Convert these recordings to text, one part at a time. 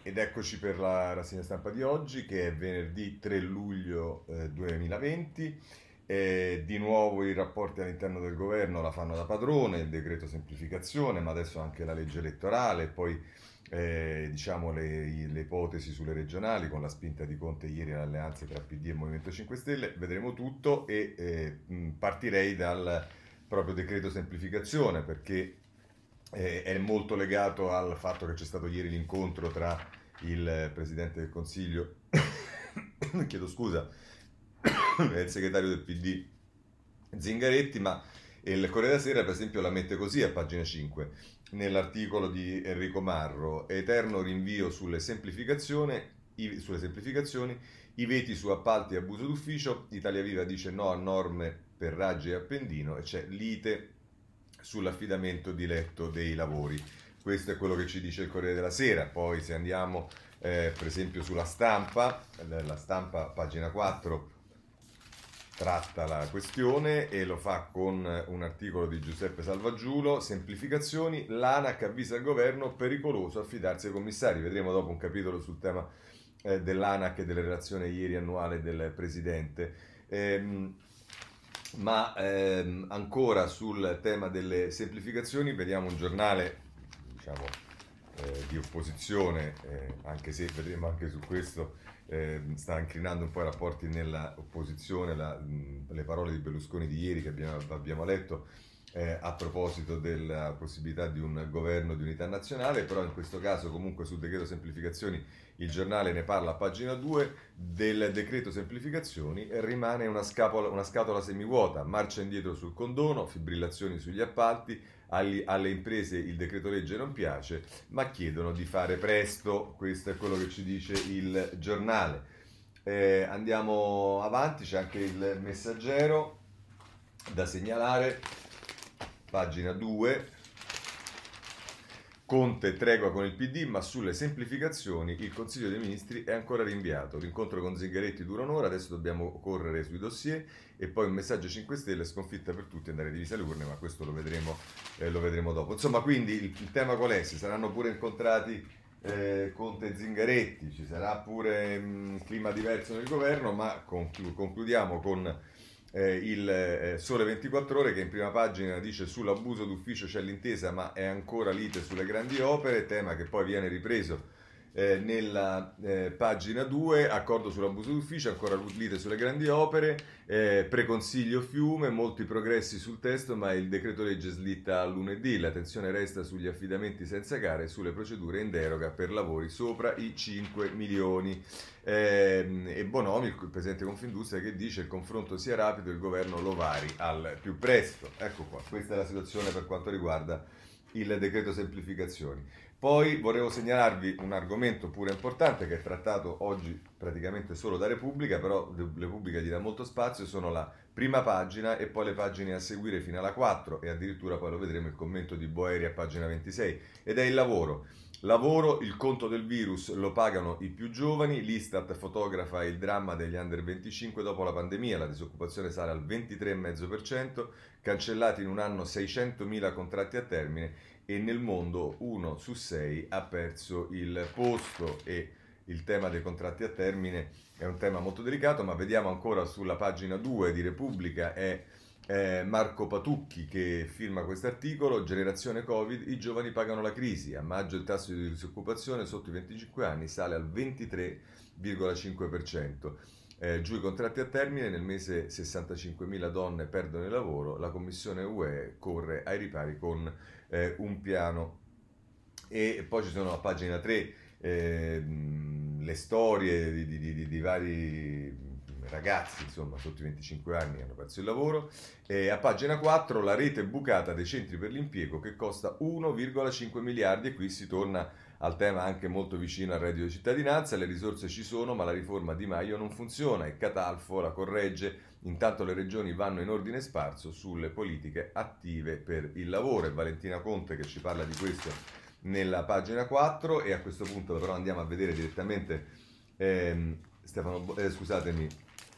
Ed eccoci per la rassegna stampa di oggi, che è venerdì 3 luglio 2020. Di nuovo i rapporti all'interno del governo la fanno da padrone, il decreto semplificazione, ma adesso anche la legge elettorale, poi diciamo le ipotesi sulle regionali con la spinta di Conte ieri all'alleanza tra PD e Movimento 5 Stelle. Vedremo tutto e partirei dal proprio decreto semplificazione perché è molto legato al fatto che c'è stato ieri l'incontro tra il Presidente del Consiglio, chiedo scusa, e il segretario del PD Zingaretti, ma il Corriere della Sera per esempio la mette così a pagina 5, nell'articolo di Enrico Marro: eterno rinvio sulle semplificazioni, i veti su appalti e abuso d'ufficio, Italia Viva dice no a norme per Raggi e Appendino e c'è lite sull'affidamento diretto dei lavori. Questo è quello che ci dice il Corriere della Sera. Poi se andiamo per esempio sulla stampa, la stampa pagina 4 tratta la questione e lo fa con un articolo di Giuseppe Salvaggiulo: semplificazioni, l'ANAC avvisa il governo, pericoloso affidarsi ai commissari. Vedremo dopo un capitolo sul tema dell'ANAC e delle relazioni ieri annuale del Presidente. Ancora sul tema delle semplificazioni vediamo un giornale, diciamo, di opposizione, anche se vedremo anche su questo sta incrinando un po' i rapporti nella opposizione, le parole di Berlusconi di ieri che abbiamo letto a proposito della possibilità di un governo di unità nazionale. Però in questo caso comunque sul decreto semplificazioni il giornale ne parla a pagina 2. Del decreto semplificazioni rimane una scatola semivuota, marcia indietro sul condono, fibrillazioni sugli appalti, alle imprese il decreto legge non piace, ma chiedono di fare presto. Questo è quello che ci dice il giornale. Andiamo avanti, c'è anche il Messaggero da segnalare, pagina 2. Conte tregua con il PD, ma sulle semplificazioni il Consiglio dei Ministri è ancora rinviato. L'incontro con Zingaretti dura un'ora, adesso dobbiamo correre sui dossier. E poi un messaggio 5 Stelle: sconfitta per tutti, andare divisa alle urne, ma questo lo vedremo dopo. Insomma, quindi il tema qual è? Si saranno pure incontrati Conte e Zingaretti, ci sarà pure un clima diverso nel governo, ma concludiamo con il Sole 24 Ore, che in prima pagina dice: sull'abuso d'ufficio c'è l'intesa ma è ancora lite sulle grandi opere, tema che poi viene ripreso nella pagina 2. Accordo sull'abuso d'ufficio, ancora lite sulle grandi opere, preconsiglio Fiume, molti progressi sul testo ma il decreto legge slitta a lunedì, la tensione resta sugli affidamenti senza gare e sulle procedure in deroga per lavori sopra i 5 milioni. E Bonomi, il presidente Confindustria, che dice: il confronto sia rapido, il governo lo vari al più presto. Ecco qua, questa è la situazione per quanto riguarda il decreto semplificazioni. Poi volevo segnalarvi un argomento pure importante che è trattato oggi praticamente solo da Repubblica, però Repubblica gli dà molto spazio: sono la prima pagina e poi le pagine a seguire fino alla 4 e addirittura poi lo vedremo il commento di Boeri a pagina 26, ed è il lavoro. Lavoro, il conto del virus lo pagano i più giovani, l'Istat fotografa il dramma degli under 25 dopo la pandemia, la disoccupazione sale al 23,5%, cancellati in un anno 600.000 contratti a termine e nel mondo 1 su 6 ha perso il posto. E il tema dei contratti a termine è un tema molto delicato, ma vediamo ancora sulla pagina 2 di Repubblica, è Marco Patucchi che firma questo articolo: generazione Covid, i giovani pagano la crisi, a maggio il tasso di disoccupazione sotto i 25 anni sale al 23,5%. Giù i contratti a termine, nel mese 65.000 donne perdono il lavoro, la Commissione UE corre ai ripari con un piano. E poi ci sono a pagina 3 le storie di vari ragazzi, insomma, sotto i 25 anni hanno perso il lavoro. E a pagina 4 la rete bucata dei centri per l'impiego che costa 1,5 miliardi, e qui si torna al tema anche molto vicino al reddito di cittadinanza: le risorse ci sono ma la riforma Di Maio non funziona e Catalfo la corregge, intanto le regioni vanno in ordine sparso sulle politiche attive per il lavoro. E Valentina Conte che ci parla di questo nella pagina 4. E a questo punto però andiamo a vedere direttamente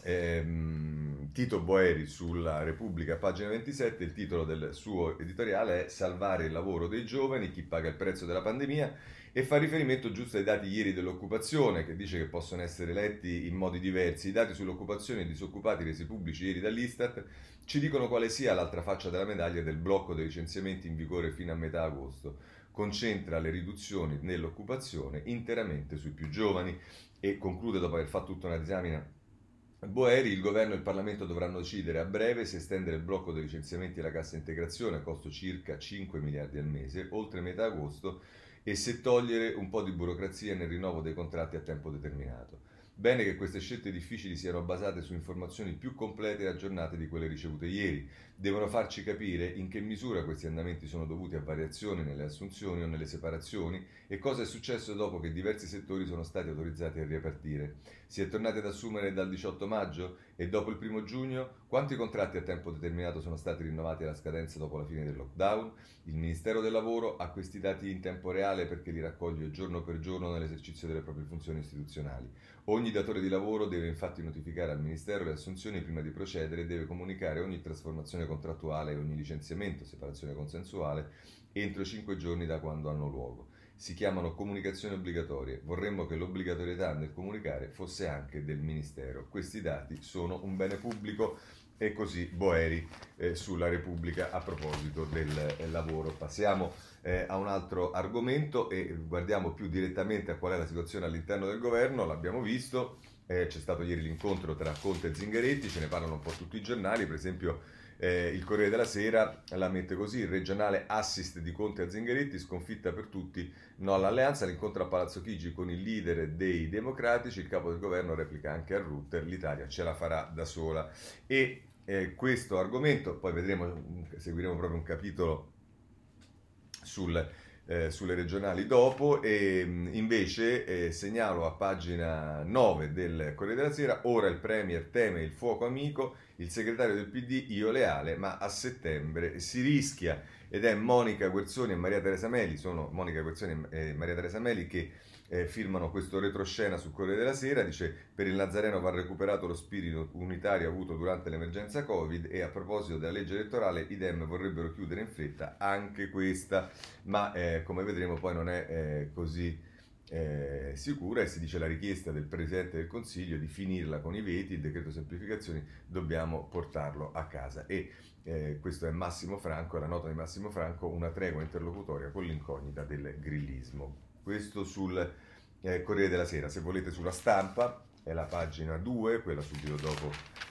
Tito Boeri sulla Repubblica, pagina 27, il titolo del suo editoriale è "Salvare il lavoro dei giovani, chi paga il prezzo della pandemia", e fa riferimento giusto ai dati ieri dell'occupazione, che dice che possono essere letti in modi diversi. I dati sull'occupazione e i disoccupati resi pubblici ieri dall'Istat ci dicono quale sia l'altra faccia della medaglia del blocco dei licenziamenti in vigore fino a metà agosto. Concentra le riduzioni nell'occupazione interamente sui più giovani e conclude, dopo aver fatto tutta una disamina, Boeri: il governo e il Parlamento dovranno decidere a breve se estendere il blocco dei licenziamenti e la cassa integrazione a costo circa 5 miliardi al mese, oltre metà agosto, e se togliere un po' di burocrazia nel rinnovo dei contratti a tempo determinato. Bene che queste scelte difficili siano basate su informazioni più complete e aggiornate di quelle ricevute ieri. Devono farci capire in che misura questi andamenti sono dovuti a variazioni nelle assunzioni o nelle separazioni e cosa è successo dopo che diversi settori sono stati autorizzati a riaprire. Si è tornati ad assumere dal 18 maggio e dopo il 1° giugno? Quanti contratti a tempo determinato sono stati rinnovati alla scadenza dopo la fine del lockdown? Il Ministero del Lavoro ha questi dati in tempo reale perché li raccoglie giorno per giorno nell'esercizio delle proprie funzioni istituzionali. Ogni datore di lavoro deve infatti notificare al Ministero le assunzioni prima di procedere e deve comunicare ogni trasformazione contrattuale e ogni licenziamento, separazione consensuale, entro 5 giorni da quando hanno luogo. Si chiamano comunicazioni obbligatorie. Vorremmo che l'obbligatorietà nel comunicare fosse anche del Ministero. Questi dati sono un bene pubblico. E così Boeri sulla Repubblica a proposito del lavoro. Passiamo a un altro argomento e guardiamo più direttamente a qual è la situazione all'interno del governo. L'abbiamo visto, c'è stato ieri l'incontro tra Conte e Zingaretti, ce ne parlano un po' tutti i giornali, per esempio il Corriere della Sera la mette così: il regionale assist di Conte a Zingaretti, sconfitta per tutti, no all'alleanza, l'incontro a Palazzo Chigi con il leader dei democratici, il capo del governo replica anche a Rutter: l'Italia ce la farà da sola. E questo argomento, poi vedremo, seguiremo proprio un capitolo sulle regionali dopo, e invece segnalo a pagina 9 del Corriere della Sera: ora il Premier teme il fuoco amico, il segretario del PD io leale, ma a settembre si rischia. Ed è Monica Guerzoni e Maria Teresa Meli, sono Monica Guerzoni e Maria Teresa Meli che firmano questo retroscena sul Corriere della Sera. Dice: per il Nazareno va recuperato lo spirito unitario avuto durante l'emergenza Covid, e a proposito della legge elettorale i Dem vorrebbero chiudere in fretta anche questa, ma come vedremo poi non è così sicura, e si dice: la richiesta del Presidente del Consiglio di finirla con i veti, il decreto semplificazioni dobbiamo portarlo a casa. E questo è Massimo Franco, è la nota di Massimo Franco: una tregua interlocutoria con l'incognita del grillismo. Questo sul Corriere della Sera. Se volete sulla Stampa è la pagina 2, quella subito dopo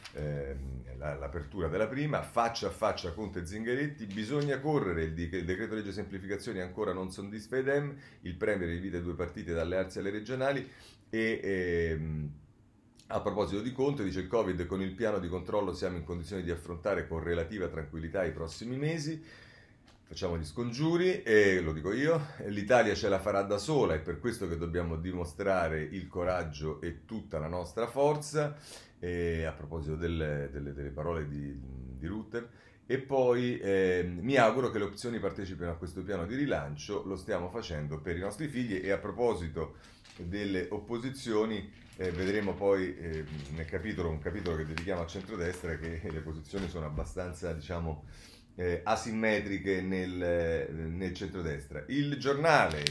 l'apertura della prima: faccia a faccia Conte e Zingaretti, bisogna correre, il decreto legge semplificazioni ancora non soddisfa i Dem, il Premier invita i due partiti ad allearsi alle regionali. E a proposito di Conte dice: il Covid con il piano di controllo siamo in condizione di affrontare con relativa tranquillità i prossimi mesi. Facciamo gli scongiuri, e lo dico io: l'Italia ce la farà da sola, è per questo che dobbiamo dimostrare il coraggio e tutta la nostra forza. E a proposito delle parole di Rutter. E poi mi auguro che le opzioni partecipino a questo piano di rilancio, lo stiamo facendo per i nostri figli. E a proposito delle opposizioni, vedremo poi nel capitolo, un capitolo che dedichiamo al centrodestra, che le posizioni sono abbastanza, diciamo, asimmetriche nel centrodestra. Il giornale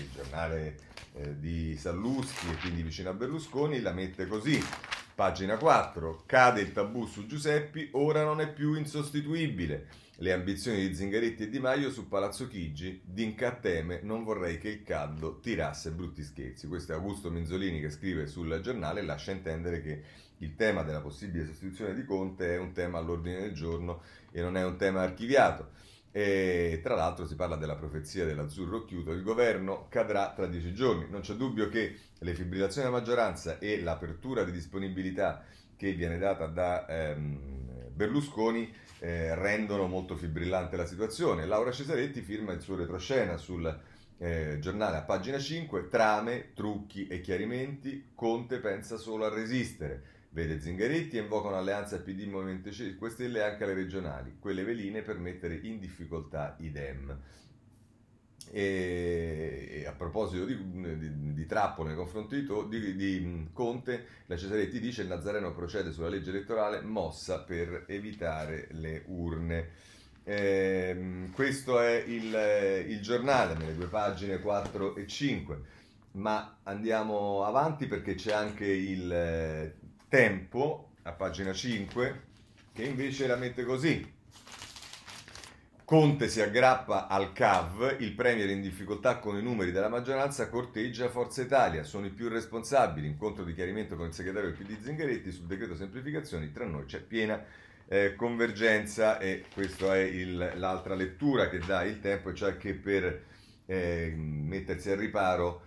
di Sallusti, e quindi vicino a Berlusconi, la mette così: pagina 4, cade il tabù su Giuseppi, ora non è più insostituibile. Le ambizioni di Zingaretti e Di Maio su Palazzo Chigi, D'Inca teme, non vorrei che il caldo tirasse brutti scherzi. Questo è Augusto Minzolini che scrive sul giornale e lascia intendere che il tema della possibile sostituzione di Conte è un tema all'ordine del giorno e non è un tema archiviato. E tra l'altro si parla della profezia dell'azzurro chiuso: il governo cadrà tra 10 giorni. Non c'è dubbio che le fibrillazioni della maggioranza e l'apertura di disponibilità che viene data da Berlusconi rendono molto fibrillante la situazione. Laura Cesaretti firma il suo retroscena sul giornale a pagina 5: trame, trucchi e chiarimenti, Conte pensa solo a resistere. Vede Zingaretti e invoca un'alleanza al PD, Movimento 5 Stelle e anche alle regionali, quelle veline per mettere in difficoltà i Dem. E a proposito di trappole nei confronti di Conte, la Cesaretti dice: il Nazareno procede sulla legge elettorale mossa per evitare le urne. Questo è il giornale nelle due pagine 4 e 5, ma andiamo avanti perché c'è anche il Tempo a pagina 5 che invece la mette così. Conte si aggrappa al CAV, il premier in difficoltà con i numeri della maggioranza corteggia Forza Italia, sono i più responsabili, incontro di chiarimento con il segretario del PD Zingaretti sul decreto semplificazioni, tra noi c'è piena convergenza e questa è l'altra lettura che dà il Tempo, cioè che per mettersi al riparo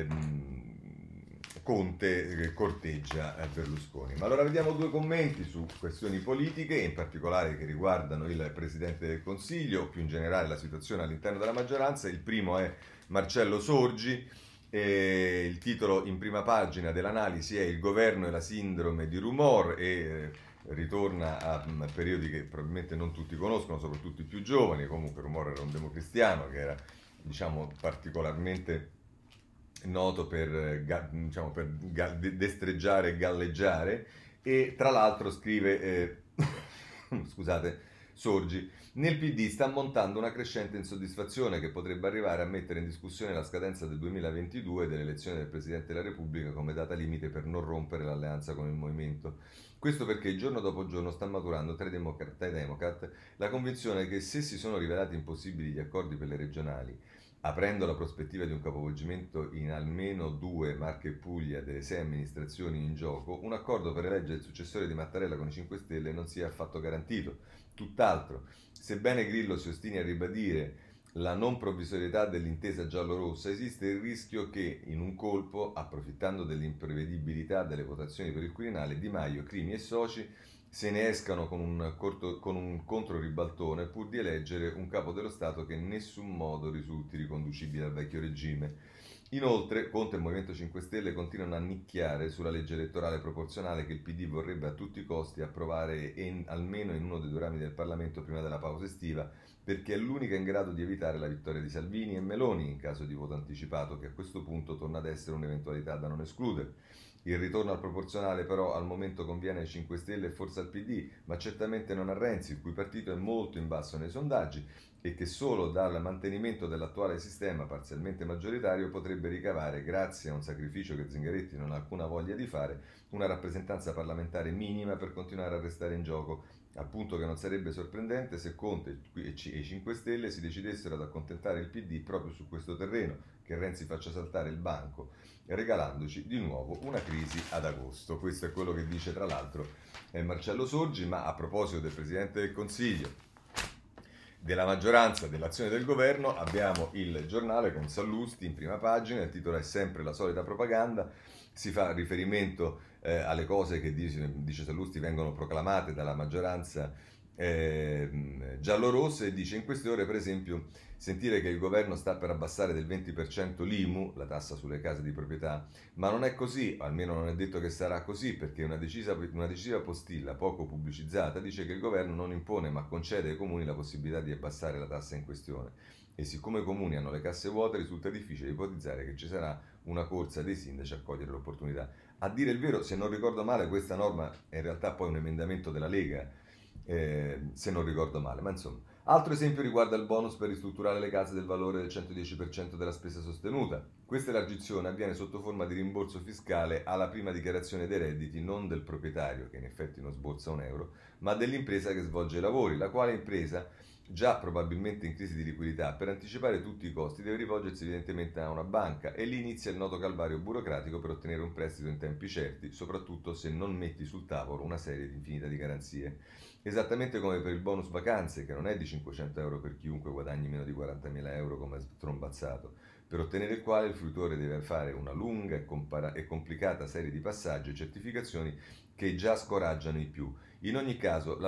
Conte corteggia Berlusconi. Ma allora vediamo due commenti su questioni politiche, in particolare che riguardano il Presidente del Consiglio, più in generale la situazione all'interno della maggioranza. Il primo è Marcello Sorgi, il titolo in prima pagina dell'analisi è Il governo e la sindrome di Rumor e ritorna a periodi che probabilmente non tutti conoscono, soprattutto i più giovani. Comunque Rumor era un democristiano che era, diciamo, particolarmente noto per, diciamo, per destreggiare e galleggiare, e tra l'altro scrive, scusate, Sorgi, nel PD sta montando una crescente insoddisfazione che potrebbe arrivare a mettere in discussione la scadenza del 2022 dell'elezione del Presidente della Repubblica come data limite per non rompere l'alleanza con il Movimento. Questo perché giorno dopo giorno sta maturando tra i Democrat la convinzione che se si sono rivelati impossibili gli accordi per le regionali, aprendo la prospettiva di un capovolgimento in almeno 2 Marche e Puglia delle 6 amministrazioni in gioco, un accordo per eleggere il successore di Mattarella con i 5 Stelle non sia affatto garantito. Tutt'altro, sebbene Grillo si ostini a ribadire la non provvisorietà dell'intesa giallo-rossa, esiste il rischio che, in un colpo, approfittando dell'imprevedibilità delle votazioni per il Quirinale, Di Maio, Crimi e soci se ne escano con un controribaltone pur di eleggere un capo dello Stato che in nessun modo risulti riconducibile al vecchio regime. Inoltre, Conte e il Movimento 5 Stelle continuano a nicchiare sulla legge elettorale proporzionale che il PD vorrebbe a tutti i costi approvare almeno in uno dei due rami del Parlamento prima della pausa estiva, perché è l'unica in grado di evitare la vittoria di Salvini e Meloni in caso di voto anticipato, che a questo punto torna ad essere un'eventualità da non escludere. Il ritorno al proporzionale però al momento conviene ai 5 Stelle e forse al PD, ma certamente non a Renzi, il cui partito è molto in basso nei sondaggi e che solo dal mantenimento dell'attuale sistema parzialmente maggioritario potrebbe ricavare, grazie a un sacrificio che Zingaretti non ha alcuna voglia di fare, una rappresentanza parlamentare minima per continuare a restare in gioco, al punto che non sarebbe sorprendente se Conte e i 5 Stelle si decidessero ad accontentare il PD proprio su questo terreno, che Renzi faccia saltare il banco, regalandoci di nuovo una crisi ad agosto. Questo è quello che dice tra l'altro Marcello Sorgi, ma a proposito del Presidente del Consiglio, della maggioranza, dell'azione del governo, abbiamo il giornale con Sallusti in prima pagina, il titolo è sempre la solita propaganda, si fa riferimento alle cose che dice Sallusti vengono proclamate dalla maggioranza giallorossa e dice in queste ore per esempio sentire che il governo sta per abbassare del 20% l'IMU, la tassa sulle case di proprietà, ma non è così, almeno non è detto che sarà così, perché una decisiva postilla poco pubblicizzata dice che il governo non impone ma concede ai comuni la possibilità di abbassare la tassa in questione. E siccome i comuni hanno le casse vuote risulta difficile ipotizzare che ci sarà una corsa dei sindaci a cogliere l'opportunità. A dire il vero, se non ricordo male, questa norma è in realtà poi un emendamento della Lega, se non ricordo male, ma insomma. Altro esempio riguarda il bonus per ristrutturare le case del valore del 110% della spesa sostenuta. Questa elargizione avviene sotto forma di rimborso fiscale alla prima dichiarazione dei redditi non del proprietario, che in effetti non sborsa un euro, ma dell'impresa che svolge i lavori, la quale impresa, già probabilmente in crisi di liquidità, per anticipare tutti i costi deve rivolgersi evidentemente a una banca e lì inizia il noto calvario burocratico per ottenere un prestito in tempi certi, soprattutto se non metti sul tavolo una serie infinita di garanzie. Esattamente come per il bonus vacanze, che non è di 500 euro per chiunque guadagni meno di 40.000 euro come trombazzato, per ottenere il quale il fruitore deve fare una lunga e complicata serie di passaggi e certificazioni che già scoraggiano i più. In ogni caso,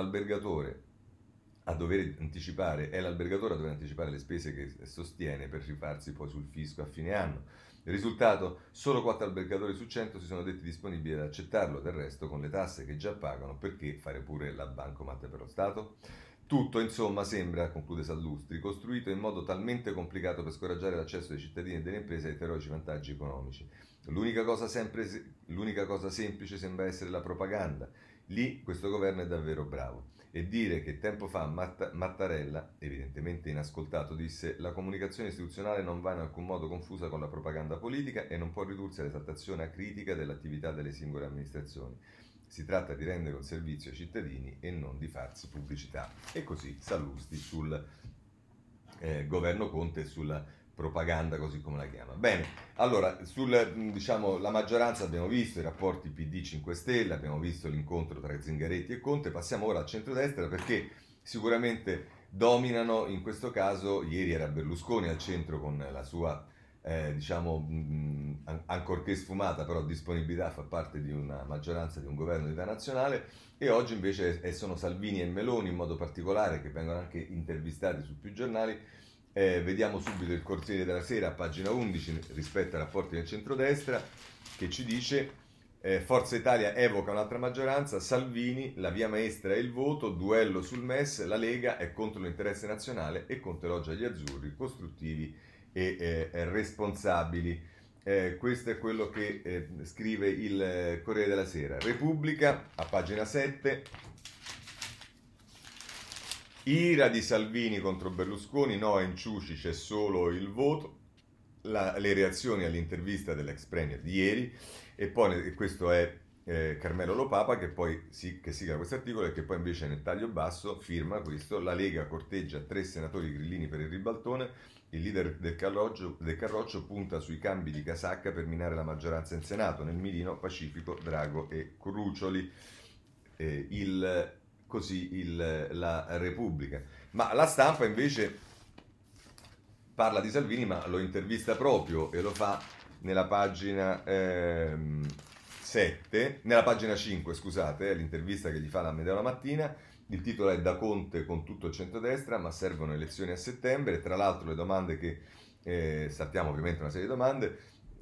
è l'albergatore a dover anticipare le spese che sostiene per rifarsi poi sul fisco a fine anno. Il risultato? Solo 4 albergatori su 100 si sono detti disponibili ad accettarlo, del resto con le tasse che già pagano, perché fare pure la bancomat per lo Stato? Tutto, insomma, sembra, conclude Sallustri, costruito in modo talmente complicato per scoraggiare l'accesso dei cittadini e delle imprese ai teorici vantaggi economici. L'unica cosa semplice sembra essere la propaganda. Lì questo governo è davvero bravo. E dire che tempo fa Mattarella, evidentemente inascoltato, disse: la comunicazione istituzionale non va in alcun modo confusa con la propaganda politica e non può ridursi all'esaltazione acritica dell'attività delle singole amministrazioni. Si tratta di rendere un servizio ai cittadini e non di farsi pubblicità. E così Sallusti sul governo Conte e sulla propaganda, così come la chiama. Bene, allora, diciamo, la maggioranza abbiamo visto i rapporti PD 5 Stelle, abbiamo visto l'incontro tra Zingaretti e Conte, passiamo ora al centrodestra perché sicuramente dominano in questo caso. Ieri era Berlusconi al centro con la sua diciamo, ancorché sfumata, però disponibilità a far parte di una maggioranza, di un governo di unità nazionale, e oggi invece sono Salvini e Meloni in modo particolare, che vengono anche intervistati su più giornali. Vediamo subito il Corriere della Sera, a pagina 11, rispetto ai rapporti del centrodestra, che ci dice: Forza Italia evoca un'altra maggioranza, Salvini, la via maestra è il voto, duello sul MES, la Lega è contro l'interesse nazionale e Conte elogia gli azzurri, costruttivi e responsabili. Questo è quello che scrive il Corriere della Sera. Repubblica, a pagina 7, ira di Salvini contro Berlusconi, no a Inciuci, c'è solo il voto, le reazioni all'intervista dell'ex premier di ieri, e poi questo è Carmelo Lopapa che poi che sigla questo articolo e che poi invece nel taglio basso firma questo: la Lega corteggia 3 senatori grillini per il ribaltone, il leader del Carroccio punta sui cambi di casacca per minare la maggioranza in Senato, nel mirino Pacifico, Drago e Crucioli. La Repubblica. Ma la Stampa invece parla di Salvini, ma lo intervista proprio e lo fa nella pagina 7, nella pagina 5, scusate, l'intervista che gli fa la Mediola Mattina. Il titolo è: da Conte con tutto il centrodestra, ma servono elezioni a settembre. Tra l'altro le domande che sappiamo, ovviamente una serie di domande.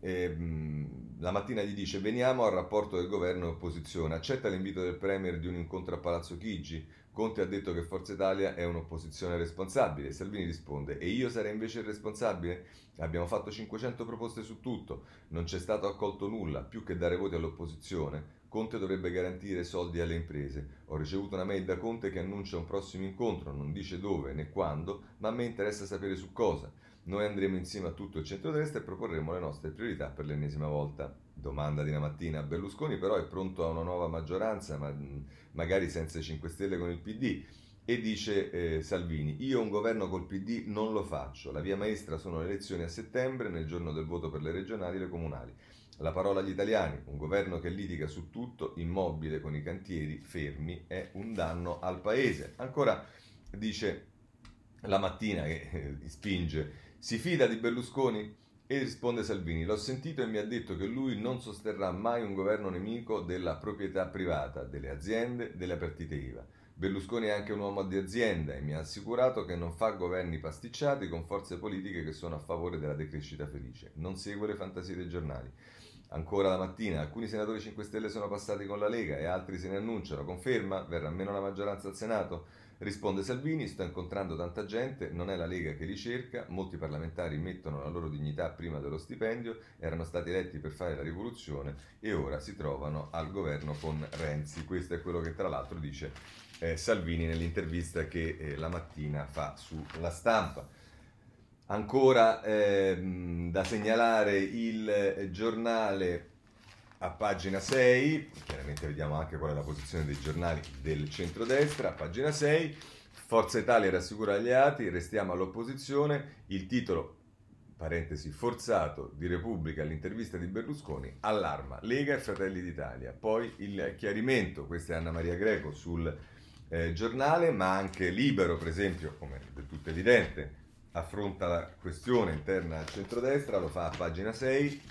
La Mattina gli dice: veniamo al rapporto del governo e opposizione, accetta l'invito del Premier di un incontro a Palazzo Chigi? Conte ha detto che Forza Italia è un'opposizione responsabile. Salvini risponde: e io sarei invece il responsabile? Abbiamo fatto 500 proposte su tutto, non c'è stato accolto nulla, più che dare voti all'opposizione. Conte dovrebbe garantire soldi alle imprese. Ho ricevuto una mail da Conte che annuncia un prossimo incontro, non dice dove né quando, ma a me interessa sapere su cosa. Noi andremo insieme a tutto il centrodestra e proporremo le nostre priorità per l'ennesima volta. Domanda di una mattina: Berlusconi però è pronto a una nuova maggioranza, magari senza i 5 Stelle con il PD? E dice Salvini: io un governo col PD non lo faccio, la via maestra sono le elezioni a settembre, nel giorno del voto per le regionali e le comunali. La parola agli italiani: un governo che litiga su tutto, immobile con i cantieri fermi, è un danno al paese. Ancora dice la Mattina, che spinge: si fida di Berlusconi? E risponde Salvini: l'ho sentito e mi ha detto che lui non sosterrà mai un governo nemico della proprietà privata, delle aziende, delle partite IVA. Berlusconi è anche un uomo di azienda e mi ha assicurato che non fa governi pasticciati con forze politiche che sono a favore della decrescita felice. Non segue le fantasie dei giornali. Ancora la Mattina: alcuni senatori 5 Stelle sono passati con la Lega e altri se ne annunciano. Conferma? Verrà meno la maggioranza al Senato? Risponde Salvini: sto incontrando tanta gente, non è la Lega che li cerca, molti parlamentari mettono la loro dignità prima dello stipendio, erano stati eletti per fare la rivoluzione e ora si trovano al governo con Renzi. Questo è quello che tra l'altro dice Salvini nell'intervista che la Mattina fa sulla Stampa. Ancora da segnalare il Giornale a pagina 6, chiaramente vediamo anche qual è la posizione dei giornali del centrodestra. A pagina 6, Forza Italia rassicura gli alleati, restiamo all'opposizione. Il titolo, parentesi, forzato, di Repubblica all'intervista di Berlusconi: allarma Lega e Fratelli d'Italia. Poi il chiarimento, questa è Anna Maria Greco sul giornale, ma anche Libero, per esempio, come è del tutto evidente, affronta la questione interna al centrodestra, lo fa a pagina 6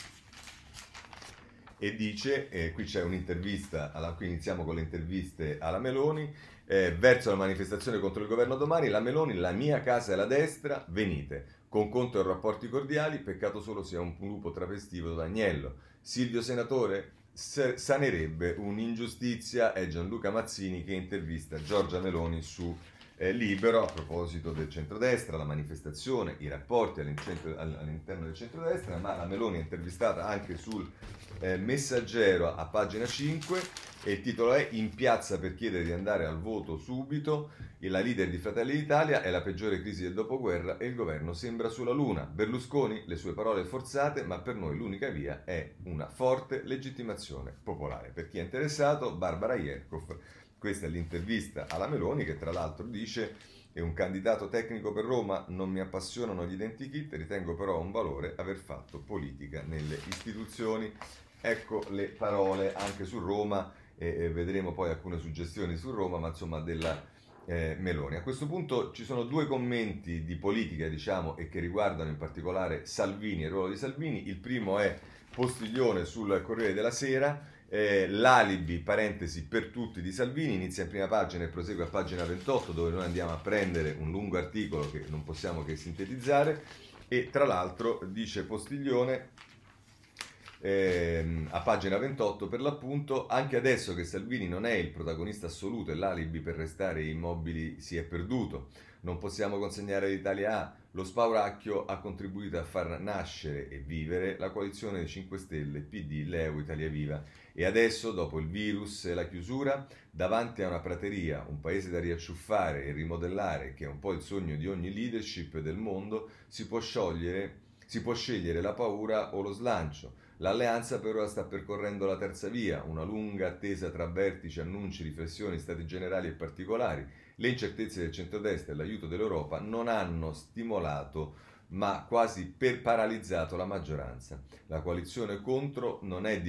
e dice, qui c'è un'intervista, qui iniziamo con le interviste alla Meloni, verso la manifestazione contro il governo domani, la Meloni: la mia casa è la destra, venite. Con Conte ho rapporti cordiali, peccato solo sia un lupo travestito d'agnello. Silvio senatore sanerebbe un'ingiustizia. È Gianluca Mazzini che intervista Giorgia Meloni su Libero a proposito del centrodestra, la manifestazione, i rapporti all'interno del centrodestra, ma la Meloni è intervistata anche sul Messaggero a pagina 5 e il titolo è "In piazza per chiedere di andare al voto subito, e la leader di Fratelli d'Italia è la peggiore crisi del dopoguerra e il governo sembra sulla luna. Berlusconi, le sue parole forzate, ma per noi l'unica via è una forte legittimazione popolare". Per chi è interessato, Barbara Jerkov. Questa è l'intervista alla Meloni, che tra l'altro dice: "È un candidato tecnico per Roma, non mi appassionano gli identikit, ritengo però un valore aver fatto politica nelle istituzioni". Ecco le parole anche su Roma, e vedremo poi alcune suggestioni su Roma, ma insomma della Meloni. A questo punto ci sono due commenti di politica, diciamo, e che riguardano in particolare Salvini e il ruolo di Salvini. Il primo è Postiglione sul Corriere della Sera. L'alibi, parentesi, per tutti di Salvini, inizia in prima pagina e prosegue a pagina 28, dove noi andiamo a prendere un lungo articolo che non possiamo che sintetizzare. E tra l'altro dice Postiglione, a pagina 28 per l'appunto: "Anche adesso che Salvini non è il protagonista assoluto e l'alibi per restare immobili si è perduto. Non possiamo consegnare l'Italia a... Lo spauracchio ha contribuito a far nascere e vivere la coalizione dei 5 Stelle, PD, Leu, Italia Viva. E adesso, dopo il virus e la chiusura, davanti a una prateria, un paese da riacciuffare e rimodellare, che è un po' il sogno di ogni leadership del mondo, si può scegliere la paura o lo slancio. L'alleanza per ora sta percorrendo la terza via, una lunga attesa tra vertici, annunci, riflessioni, stati generali e particolari. Le incertezze del centrodestra e l'aiuto dell'Europa non hanno stimolato, ma quasi paralizzato la maggioranza. La coalizione contro non è